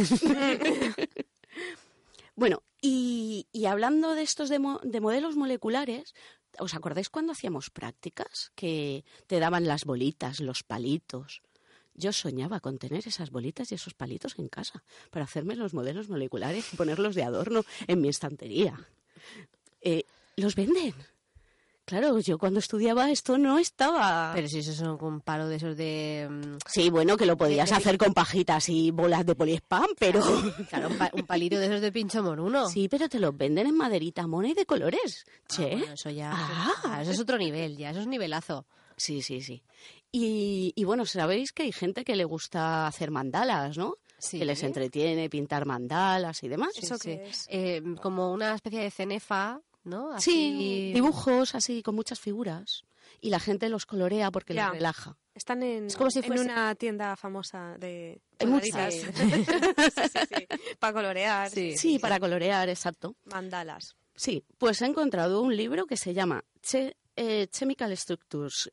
Bueno, y hablando de estos de modelos moleculares, ¿os acordáis cuando hacíamos prácticas que te daban las bolitas, los palitos? Yo soñaba con tener esas bolitas y esos palitos en casa para hacerme los modelos moleculares y ponerlos de adorno en mi estantería. ¿Los venden? Claro, yo cuando estudiaba esto no estaba... Pero si esos son un palo de esos de... Sí, bueno, que lo podías hacer con pajitas y bolas de poliespán, pero... Claro, un palito de esos de pincho moruno. Sí, pero te los venden en maderita mona y de colores. Che. Bueno, eso ya... eso es otro nivel, ya. Eso es nivelazo. Sí. Y bueno, sabéis que hay gente que le gusta hacer mandalas, ¿no? Sí. Que les entretiene pintar mandalas y demás. ¿Eso qué es? Como una especie de cenefa, ¿no? Así... Sí, dibujos así con muchas figuras. Y la gente los colorea porque les relaja. Están en, Es como si fuese... en una tienda famosa de Hay muchas. sí. Para colorear. Sí, para colorear, exacto. Mandalas. Sí, pues he encontrado un libro que se llama Chemical Structures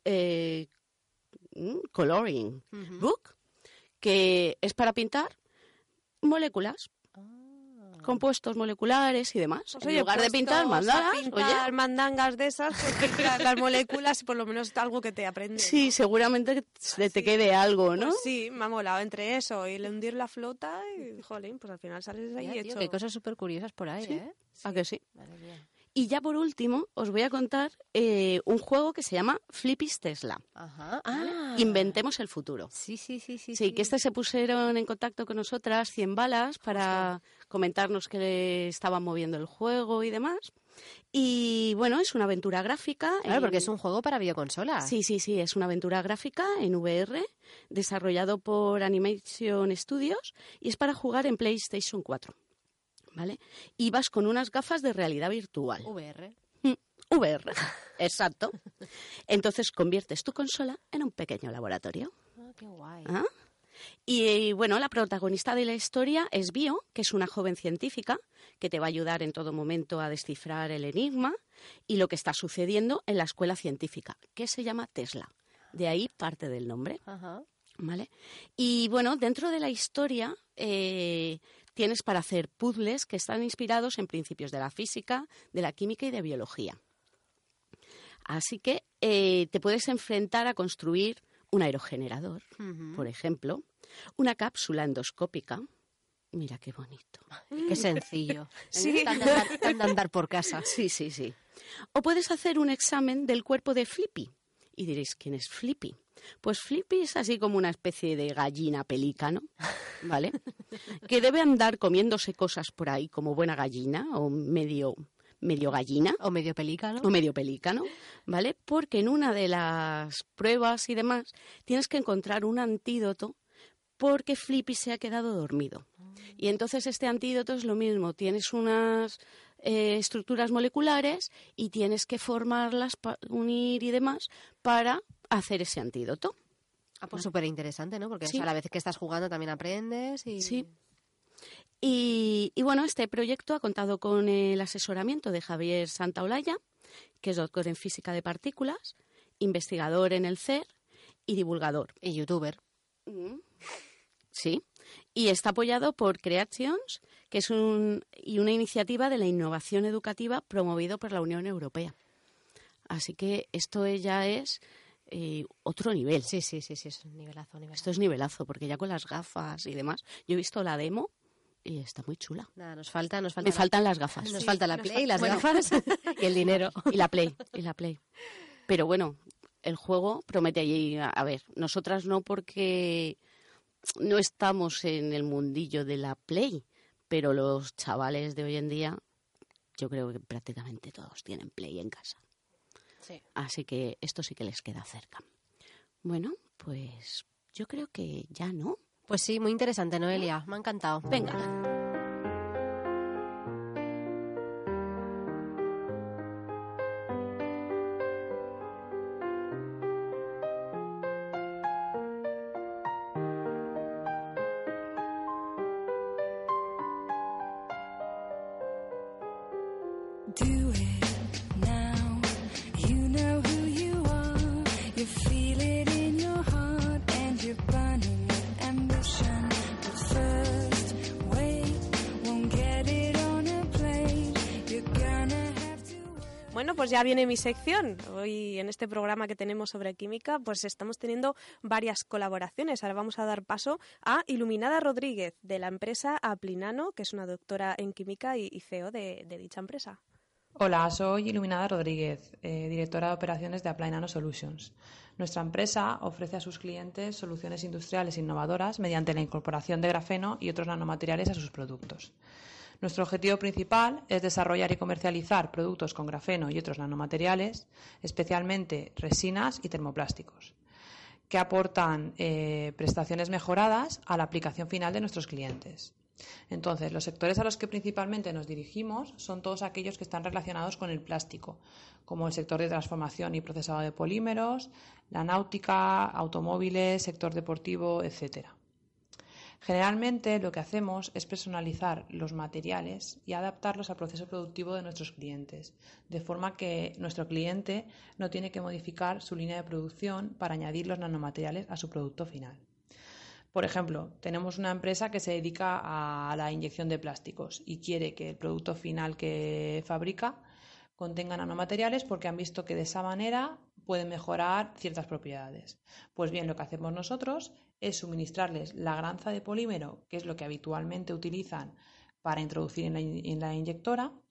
Coloring Book, que es para pintar moléculas, compuestos moleculares y demás. Pues, en lugar de pintar mandalas, pintar mandangas de esas, pues pintar las moléculas y por lo menos algo que te aprendes. Sí, ¿no? seguramente te quede algo, ¿no? Pues sí, me ha molado entre eso y el hundir la flota y, jolín, pues al final sales de ahí Mira, hecho. tío, hay cosas súper curiosas por ahí, Sí. ¿eh? ¿A que sí? Madre mía. Y ya por último os voy a contar un juego que se llama Flippy's Tesla. Ajá. Inventemos el futuro. Sí. Sí, que se pusieron en contacto con nosotras 100 balas para comentarnos que estaban moviendo el juego y demás. Y bueno, es una aventura gráfica. Claro, porque es un juego para videoconsolas. Sí, es una aventura gráfica en VR, desarrollado por Animation Studios y es para jugar en PlayStation 4. ¿Vale? Y vas con unas gafas de realidad virtual. VR. VR, exacto. Entonces conviertes tu consola en un pequeño laboratorio. Qué guay. Y bueno, la protagonista de la historia es Bio, que es una joven científica que te va a ayudar en todo momento a descifrar el enigma y lo que está sucediendo en la escuela científica, que se llama Tesla. De ahí parte del nombre. Ajá. ¿Vale? Y bueno, dentro de la historia tienes para hacer puzzles que están inspirados en principios de la física, de la química y de biología. Así que te puedes enfrentar a construir un aerogenerador, por ejemplo, una cápsula endoscópica. Mira qué bonito. Qué sencillo. Sí. Tan de andar por casa. Sí. O puedes hacer un examen del cuerpo de Flippy. Y diréis, ¿quién es Flippy? Pues Flippy es así como una especie de gallina pelícano, ¿vale? Que debe andar comiéndose cosas por ahí como buena gallina o medio gallina. O medio pelícano. ¿Vale? Porque en una de las pruebas y demás tienes que encontrar un antídoto porque Flippy se ha quedado dormido. Y entonces este antídoto es lo mismo. Tienes unas estructuras moleculares y tienes que formarlas, unir y demás para hacer ese antídoto. Pues súper interesante, ¿no? Porque Sí. a la vez que estás jugando también aprendes y... Sí. Y bueno, este proyecto ha contado con el asesoramiento de Javier Santaolalla, que es doctor en física de partículas, investigador en el CER y divulgador. Y youtuber. Sí. Y está apoyado por Creations, que es una iniciativa de la innovación educativa promovido por la Unión Europea. Así que esto ya es otro nivel. Sí, es un nivelazo. Esto es nivelazo, porque ya con las gafas y demás, yo he visto la demo y está muy chula. Nada, nos falta Me faltan las gafas. Nos falta la Play, las gafas y el dinero. Y la Play. Pero bueno, el juego promete allí. A ver, nosotras no, porque no estamos en el mundillo de la Play, pero los chavales de hoy en día, yo creo que prácticamente todos tienen Play en casa. Sí. Así que esto sí que les queda cerca. Bueno, pues yo creo que ya no. Pues sí, muy interesante, Noelia. Me ha encantado. Venga. Do it now. You know who you are. You feel it in your heart and you're burning with ambition. But first, wait, won't get it on a plate. You're gonna have to. Bueno, pues ya viene mi sección. Hoy en este programa que tenemos sobre química, pues estamos teniendo varias colaboraciones. Ahora vamos a dar paso a Iluminada Rodríguez, de la empresa Aplinano, que es una doctora en química y CEO de dicha empresa. Hola, soy Iluminada Rodríguez, directora de operaciones de Apply Nano Solutions. Nuestra empresa ofrece a sus clientes soluciones industriales innovadoras mediante la incorporación de grafeno y otros nanomateriales a sus productos. Nuestro objetivo principal es desarrollar y comercializar productos con grafeno y otros nanomateriales, especialmente resinas y termoplásticos, que aportan prestaciones mejoradas a la aplicación final de nuestros clientes. Entonces, los sectores a los que principalmente nos dirigimos son todos aquellos que están relacionados con el plástico, como el sector de transformación y procesado de polímeros, la náutica, automóviles, sector deportivo, etcétera. Generalmente lo que hacemos es personalizar los materiales y adaptarlos al proceso productivo de nuestros clientes, de forma que nuestro cliente no tiene que modificar su línea de producción para añadir los nanomateriales a su producto final. Por ejemplo, tenemos una empresa que se dedica a la inyección de plásticos y quiere que el producto final que fabrica contenga nanomateriales porque han visto que de esa manera pueden mejorar ciertas propiedades. Pues bien, lo que hacemos nosotros es suministrarles la granza de polímero, que es lo que habitualmente utilizan para introducir en la inyectora,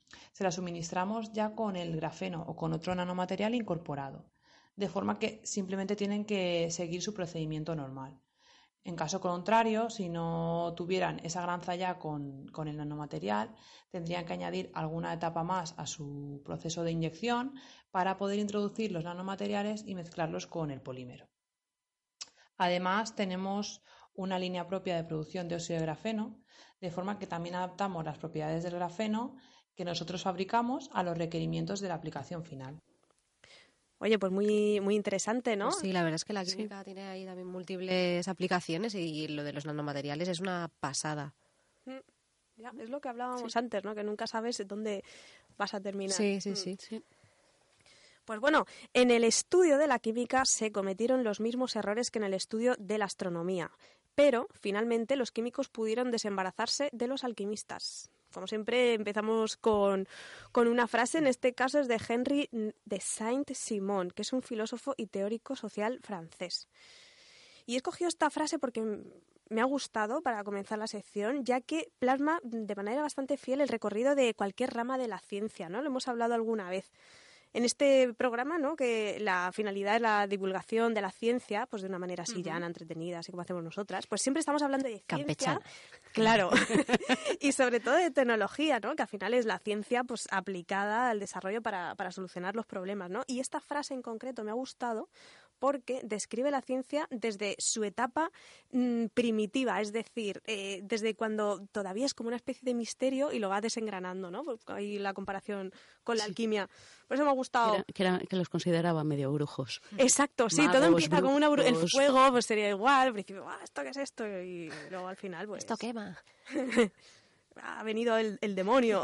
Se las suministramos ya con el grafeno o con otro nanomaterial incorporado, de forma que simplemente tienen que seguir su procedimiento normal. En caso contrario, si no tuvieran esa granza ya con el nanomaterial, tendrían que añadir alguna etapa más a su proceso de inyección para poder introducir los nanomateriales y mezclarlos con el polímero. Además, tenemos una línea propia de producción de óxido de grafeno, de forma que también adaptamos las propiedades del grafeno que nosotros fabricamos a los requerimientos de la aplicación final. Oye, pues muy, muy interesante, ¿no? Pues sí, la verdad es que la química tiene ahí también múltiples aplicaciones y lo de los nanomateriales es una pasada. Ya, es lo que hablábamos antes, ¿no? Que nunca sabes dónde vas a terminar. Sí. Pues bueno, en el estudio de la química se cometieron los mismos errores que en el estudio de la astronomía, pero finalmente los químicos pudieron desembarazarse de los alquimistas. Como siempre, empezamos con una frase, en este caso es de Henry de Saint-Simon, que es un filósofo y teórico social francés. Y he escogido esta frase porque me ha gustado para comenzar la sección, ya que plasma de manera bastante fiel el recorrido de cualquier rama de la ciencia, ¿no? Lo hemos hablado alguna vez. En este programa, ¿no? Que la finalidad es la divulgación de la ciencia, pues de una manera así llana, entretenida, así como hacemos nosotras, pues siempre estamos hablando de ciencia, campechana. Claro, y sobre todo de tecnología, ¿no? Que al final es la ciencia pues aplicada al desarrollo para solucionar los problemas, ¿no? Y esta frase en concreto me ha gustado porque describe la ciencia desde su etapa primitiva, es decir, desde cuando todavía es como una especie de misterio y lo va desengranando, ¿no? Pues ahí la comparación con la alquimia. Por eso me ha gustado. Que los consideraba medio brujos. Exacto, sí, magos, todo empieza con el brujos. fuego, pues sería igual, al principio, ¿esto qué es esto? Y luego al final, pues... Esto quema. Ha venido el demonio.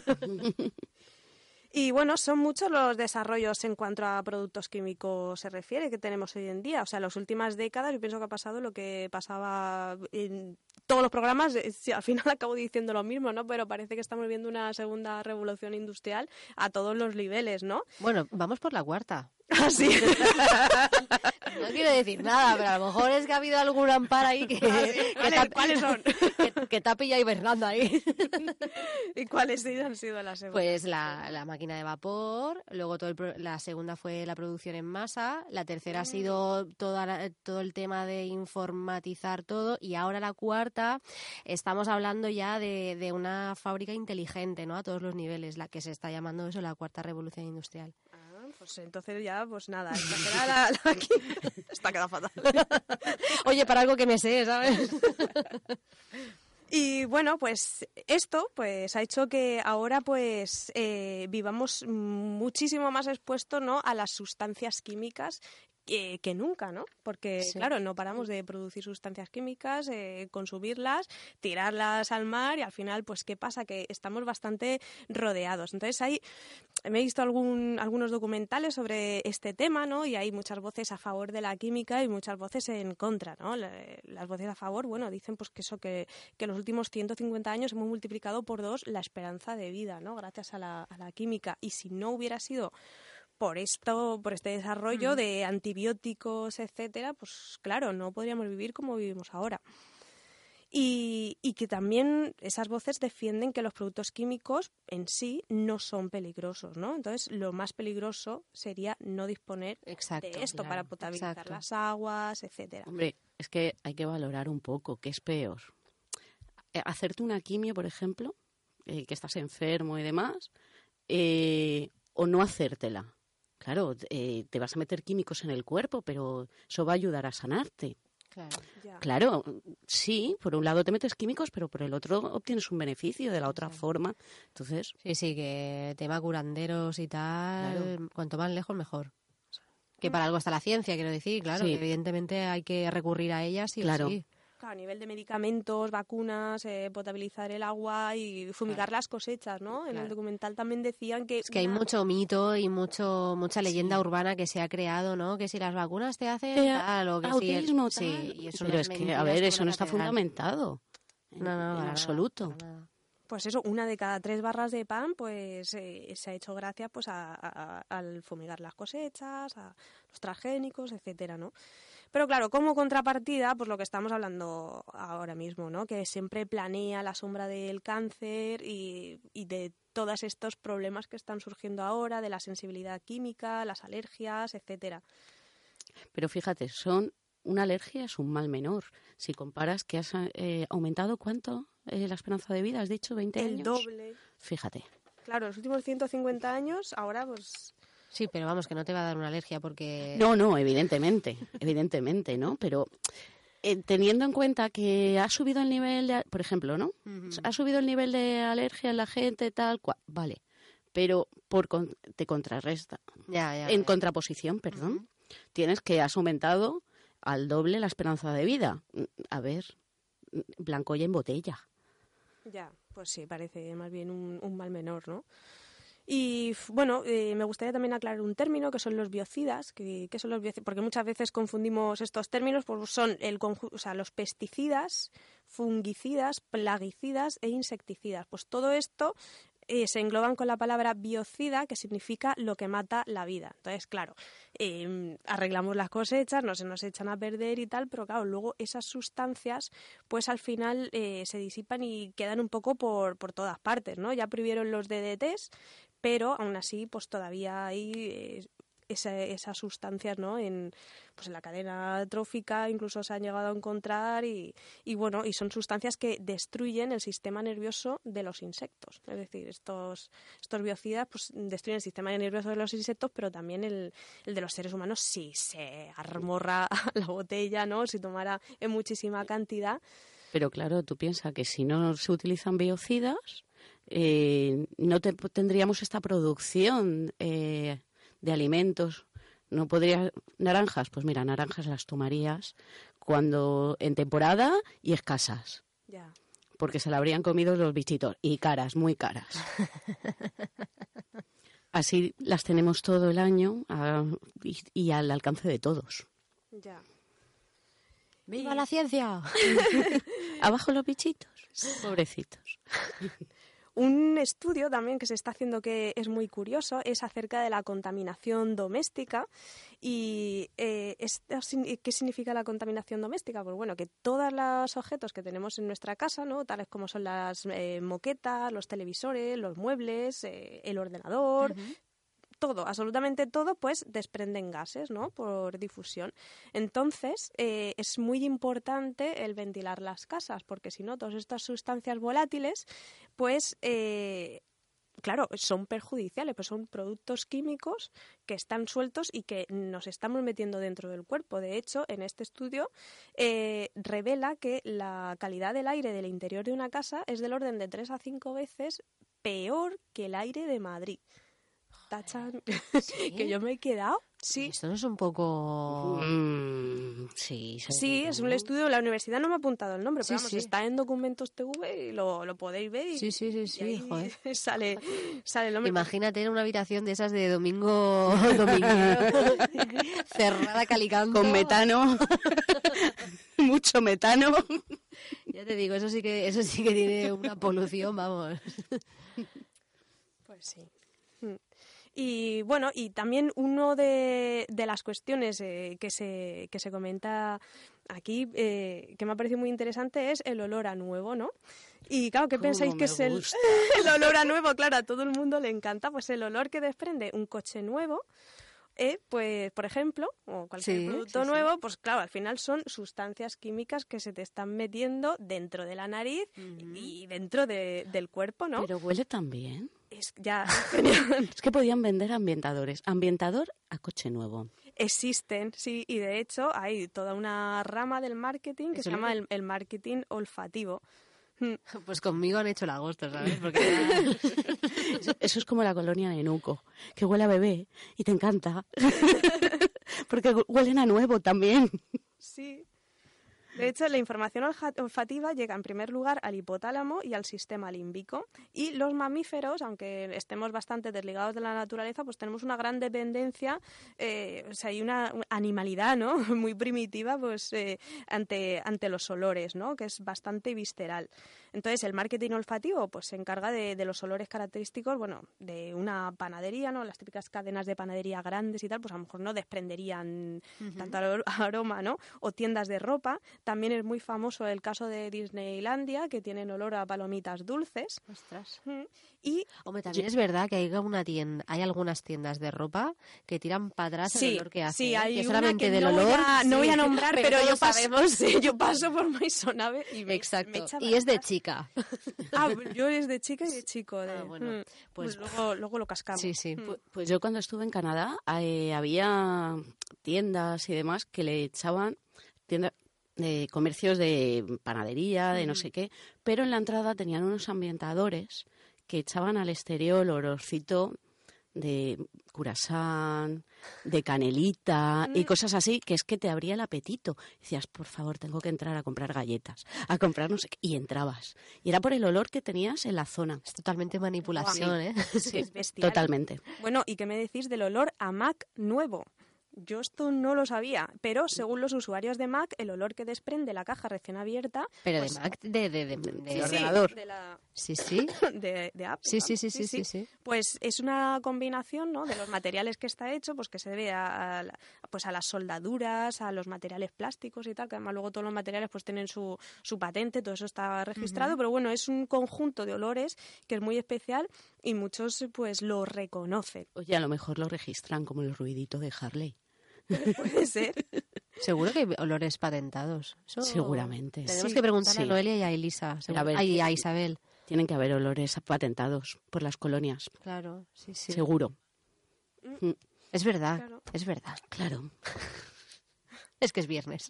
Y bueno, son muchos los desarrollos en cuanto a productos químicos se refiere que tenemos hoy en día. O sea, en las últimas décadas yo pienso que ha pasado lo que pasaba en todos los programas. Sí, al final acabo diciendo lo mismo, ¿no? Pero parece que estamos viendo una segunda revolución industrial a todos los niveles, ¿no? Bueno, vamos por la cuarta. Ah, sí. No quiero decir nada, pero a lo mejor es que ha habido algún amparo ahí que ¿Cuáles son? que te ha pillado hibernando ahí. ¿Y cuáles han sido las segundas? Pues la máquina de vapor, luego la segunda fue la producción en masa, la tercera ha sido todo el tema de informatizar todo y ahora la cuarta estamos hablando ya de una fábrica inteligente, ¿no? A todos los niveles, la que se está llamando eso la cuarta revolución industrial. Pues entonces ya, pues nada, esta será aquí. Está queda fatal. Oye, para algo que me sé, ¿sabes? Y bueno, pues esto pues ha hecho que ahora pues vivamos muchísimo más expuestos, ¿no? A las sustancias químicas que nunca, ¿no? Porque, claro, no paramos de producir sustancias químicas, consumirlas, tirarlas al mar y al final, pues, ¿qué pasa? Que estamos bastante rodeados. Entonces, me he visto algunos documentales sobre este tema, ¿no? Y hay muchas voces a favor de la química y muchas voces en contra, ¿no? Las voces a favor, bueno, dicen pues que en los últimos 150 años hemos multiplicado por 2 la esperanza de vida, ¿no? Gracias a la química. Y si no hubiera sido por este desarrollo de antibióticos, etcétera, pues claro, no podríamos vivir como vivimos ahora. Y que también esas voces defienden que los productos químicos en sí no son peligrosos, ¿no? Entonces, lo más peligroso sería no disponer de esto para potabilizar las aguas, etcétera. Hombre, es que hay que valorar un poco qué es peor. Hacerte una quimio, por ejemplo, que estás enfermo y demás, o no hacértela. Claro, te vas a meter químicos en el cuerpo, pero eso va a ayudar a sanarte. Claro, sí, por un lado te metes químicos, pero por el otro obtienes un beneficio de la otra forma. Entonces, sí, que tema curanderos y tal, cuanto más lejos mejor. Que para algo está la ciencia, quiero decir, claro, que evidentemente hay que recurrir a ellas sí. A nivel de medicamentos, vacunas, potabilizar el agua y fumigar las cosechas, ¿no? En el documental también decían que... Es que hay mucho mito y mucha leyenda urbana que se ha creado, ¿no? Que si las vacunas te hacen tal o que autismo, tal. Sí, y eso pero es que, a ver, eso no está fundamentado. En absoluto. Nada. Pues eso, 1 de cada 3 barras de pan pues se ha hecho gracias pues al fumigar las cosechas, a los transgénicos, etcétera, ¿no? Pero claro, como contrapartida, pues lo que estamos hablando ahora mismo, ¿no? Que siempre planea la sombra del cáncer y de todos estos problemas que están surgiendo ahora, de la sensibilidad química, las alergias, etcétera. Pero fíjate, una alergia es un mal menor. Si comparas que has aumentado, ¿cuánto la esperanza de vida? ¿Has dicho 20 años? El doble. Fíjate. Claro, los últimos 150 años, ahora pues... Sí, pero vamos, que no te va a dar una alergia porque... No, evidentemente, ¿no? Pero teniendo en cuenta que ha subido el nivel de... Por ejemplo, ¿no? Ha subido el nivel de alergia en la gente, tal cual. Vale, pero te contrarresta. En contraposición, perdón. Tienes que has aumentado al doble la esperanza de vida. A ver, blanco y en botella. Ya, pues sí, parece más bien un mal menor, ¿no? Y bueno, me gustaría también aclarar un término que son los biocidas, que son los biocidas, porque muchas veces confundimos estos términos, pues son los pesticidas, fungicidas, plaguicidas e insecticidas. Pues todo esto se engloban con la palabra biocida, que significa lo que mata la vida. Entonces, claro, arreglamos las cosechas, no se nos echan a perder y tal, pero claro, luego esas sustancias, pues al final se disipan y quedan un poco por todas partes, ¿no? Ya prohibieron los DDTs, pero aún así, pues todavía hay esas sustancias, ¿no? En la cadena trófica incluso se han llegado a encontrar y son sustancias que destruyen el sistema nervioso de los insectos. Es decir, estos biocidas pues destruyen el sistema nervioso de los insectos, pero también el de los seres humanos si se armorra la botella, ¿no? Si tomara en muchísima cantidad. Pero claro, tú piensas que si no se utilizan biocidas, no tendríamos esta producción de alimentos. No podría... Naranjas, pues mira, naranjas las tomarías cuando en temporada y escasas. Ya. Porque se la habrían comido los bichitos. Y caras, muy caras. Así las tenemos todo el año y al alcance de todos. Ya. ¡Viva la ciencia! Abajo los bichitos. Pobrecitos. Un estudio también que se está haciendo que es muy curioso es acerca de la contaminación doméstica. ¿Y qué significa la contaminación doméstica? Pues bueno, que todos los objetos que tenemos en nuestra casa, ¿no? Tales como son las moquetas, los televisores, los muebles, el ordenador... Todo, absolutamente todo, pues desprenden gases, ¿no? Por difusión. Entonces, es muy importante el ventilar las casas, porque si no, todas estas sustancias volátiles, pues, claro, son perjudiciales, pues son productos químicos que están sueltos y que nos estamos metiendo dentro del cuerpo. De hecho, en este estudio revela que la calidad del aire del interior de una casa es del orden de 3 a 5 veces peor que el aire de Madrid. Tachan, ¿Sí? Que yo me he quedado. Sí. Esto no es un poco... Sí, es un estudio, la universidad no me ha apuntado el nombre, pero Sí, vamos, sí. está en Documentos TV y lo podéis ver. Y, Sí, y ahí joder. sale el nombre. Imagínate en una habitación de esas de domingo cerrada calicanto. Con metano. Mucho metano. Ya te digo, eso sí que tiene una polución, vamos. Pues sí. Y bueno, y también uno de las cuestiones que se comenta aquí, que me ha parecido muy interesante, es el olor a nuevo, ¿no? Y claro, ¿qué pensáis que es el olor a nuevo? Claro, a todo el mundo le encanta, pues el olor que desprende un coche nuevo, pues por ejemplo, o cualquier producto nuevo, pues claro, al final son sustancias químicas que se te están metiendo dentro de la nariz y dentro del cuerpo, ¿no? Pero huele tan bien. Es ya Es que podían vender ambientadores. Ambientador a coche nuevo. Existen, sí, y de hecho hay toda una rama del marketing que se llama el marketing olfativo. Pues conmigo han hecho el agosto, ¿sabes? Porque Eso es como la colonia de Nuco, que huele a bebé y te encanta. Porque huelen a nuevo también. Sí. De hecho, la información olfativa llega en primer lugar al hipotálamo y al sistema límbico. Y los mamíferos, aunque estemos bastante desligados de la naturaleza, pues tenemos una gran dependencia, o sea, hay una animalidad, ¿no? Muy primitiva, pues ante los olores, ¿no? Que es bastante visceral. Entonces, el marketing olfativo pues se encarga de los olores característicos, bueno, de una panadería, ¿no? Las típicas cadenas de panadería grandes y tal, pues a lo mejor no desprenderían tanto aroma, ¿no? O tiendas de ropa. También es muy famoso el caso de Disneylandia, que tienen olor a palomitas dulces. Ostras. Y hombre, también es verdad que hay algunas tiendas de ropa que tiran para atrás el olor que hace. Sí, hay que una solamente que del no olor. no voy a nombrar, pero sabemos. yo paso por Maisonave y me Exacto. echa Y es de atrás. chica. Yo es de chica y de chico. Bueno, pues luego lo cascamos. Sí. Pues yo cuando estuve en Canadá había tiendas y demás que le echaban comercios de panadería, de no sé qué, pero en la entrada tenían unos ambientadores que echaban al exterior olorcito de curasán, de canelita y cosas así, que es que te abría el apetito. Decías, por favor, tengo que entrar a comprar galletas, a comprar no sé qué, y entrabas. Y era por el olor que tenías en la zona. Es totalmente manipulación, ¿eh? Sí, es bestial. Totalmente. Bueno, ¿y qué me decís del olor a Mac nuevo? Yo esto no lo sabía, pero según los usuarios de Mac, el olor que desprende la caja recién abierta... Pero pues, de Mac, de sí, ordenador. De la... Sí. de Apple. Sí. Pues es una combinación, ¿no?, de los materiales que está hecho, pues que se debe a las soldaduras, a los materiales plásticos y tal, que además luego todos los materiales pues tienen su patente, todo eso está registrado, pero bueno, es un conjunto de olores que es muy especial y muchos pues lo reconocen. Oye, a lo mejor lo registran como el ruidito de Harley. Puede ser. Seguro que hay olores patentados. Eso Seguramente. Tenemos que preguntarle a Noelia y a Elisa. Y a Isabel. Tienen que haber olores patentados por las colonias. Claro, sí. Seguro. Es verdad, Claro. es verdad. Claro. Es que es viernes.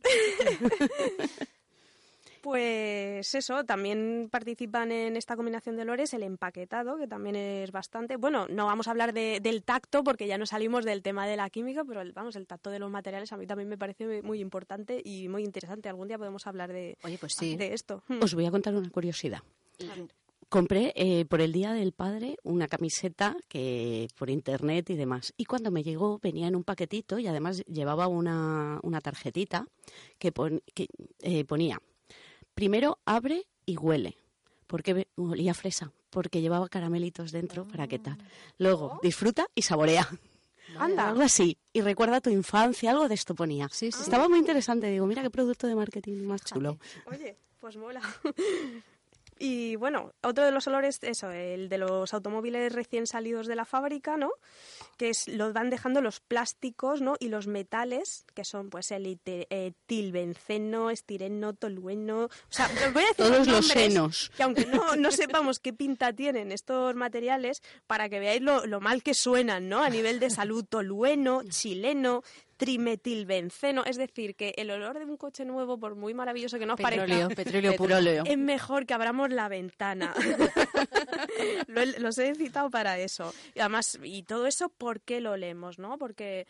Pues eso, también participan en esta combinación de olores el empaquetado, que también es bastante... Bueno, no vamos a hablar del tacto porque ya no salimos del tema de la química, pero el tacto de los materiales a mí también me parece muy importante y muy interesante. Algún día podemos hablar de esto. Os voy a contar una curiosidad. Compré por el Día del Padre una camiseta que por internet y demás. Y cuando me llegó venía en un paquetito y además llevaba una tarjetita que ponía: primero abre y huele, porque olía a fresa, porque llevaba caramelitos dentro para qué tal. Luego disfruta y saborea. Anda. Algo así. Y recuerda tu infancia, algo de esto ponía. Sí. Estaba muy interesante. Digo, mira qué producto de marketing más chulo. Oye, pues mola. Y bueno, otro de los olores, eso, el de los automóviles recién salidos de la fábrica, ¿no? Que los van dejando los plásticos, ¿no? Y los metales, que son pues el etilbenceno, estireno, tolueno... O sea, os voy a decir todos los nombres senos. Que aunque no sepamos qué pinta tienen estos materiales, para que veáis lo mal que suenan, ¿no? A nivel de salud, tolueno, chileno, trimetilbenceno, es decir, que el olor de un coche nuevo, por muy maravilloso que nos parezca, Petróleo. es mejor que abramos la ventana. Los he citado para eso. Y además, y todo eso, ¿por qué lo olemos, no? Porque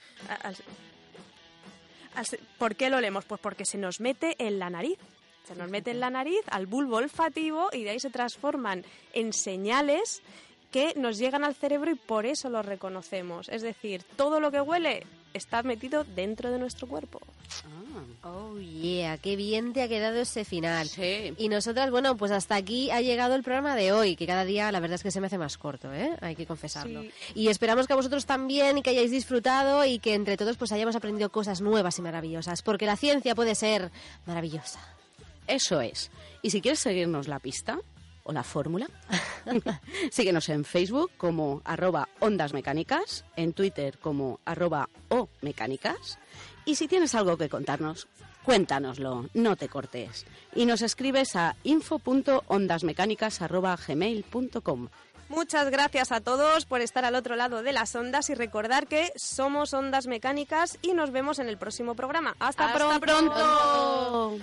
¿por qué lo olemos? Pues porque se nos mete en la nariz. Se nos mete en la nariz al bulbo olfativo y de ahí se transforman en señales que nos llegan al cerebro y por eso lo reconocemos. Es decir, todo lo que huele está metido dentro de nuestro cuerpo. Oh, yeah, qué bien te ha quedado ese final. Sí. Y nosotras, bueno, pues hasta aquí ha llegado el programa de hoy, que cada día la verdad es que se me hace más corto, ¿eh? Hay que confesarlo. Sí. Y esperamos que a vosotros también y que hayáis disfrutado y que entre todos pues hayamos aprendido cosas nuevas y maravillosas, porque la ciencia puede ser maravillosa. Eso es. Y si quieres seguirnos la pista o la fórmula, síguenos en Facebook como @ondasmecánicas, en Twitter como @omecánicas. Y si tienes algo que contarnos, cuéntanoslo, no te cortes. Y nos escribes a info.ondasmecánicas@gmail.com. Muchas gracias a todos por estar al otro lado de las ondas y recordar que somos Ondas Mecánicas y nos vemos en el próximo programa. ¡Hasta pronto!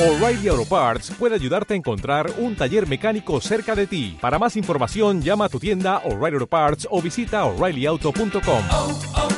O'Reilly Auto Parts puede ayudarte a encontrar un taller mecánico cerca de ti. Para más información, llama a tu tienda O'Reilly Auto Parts o visita O'ReillyAuto.com.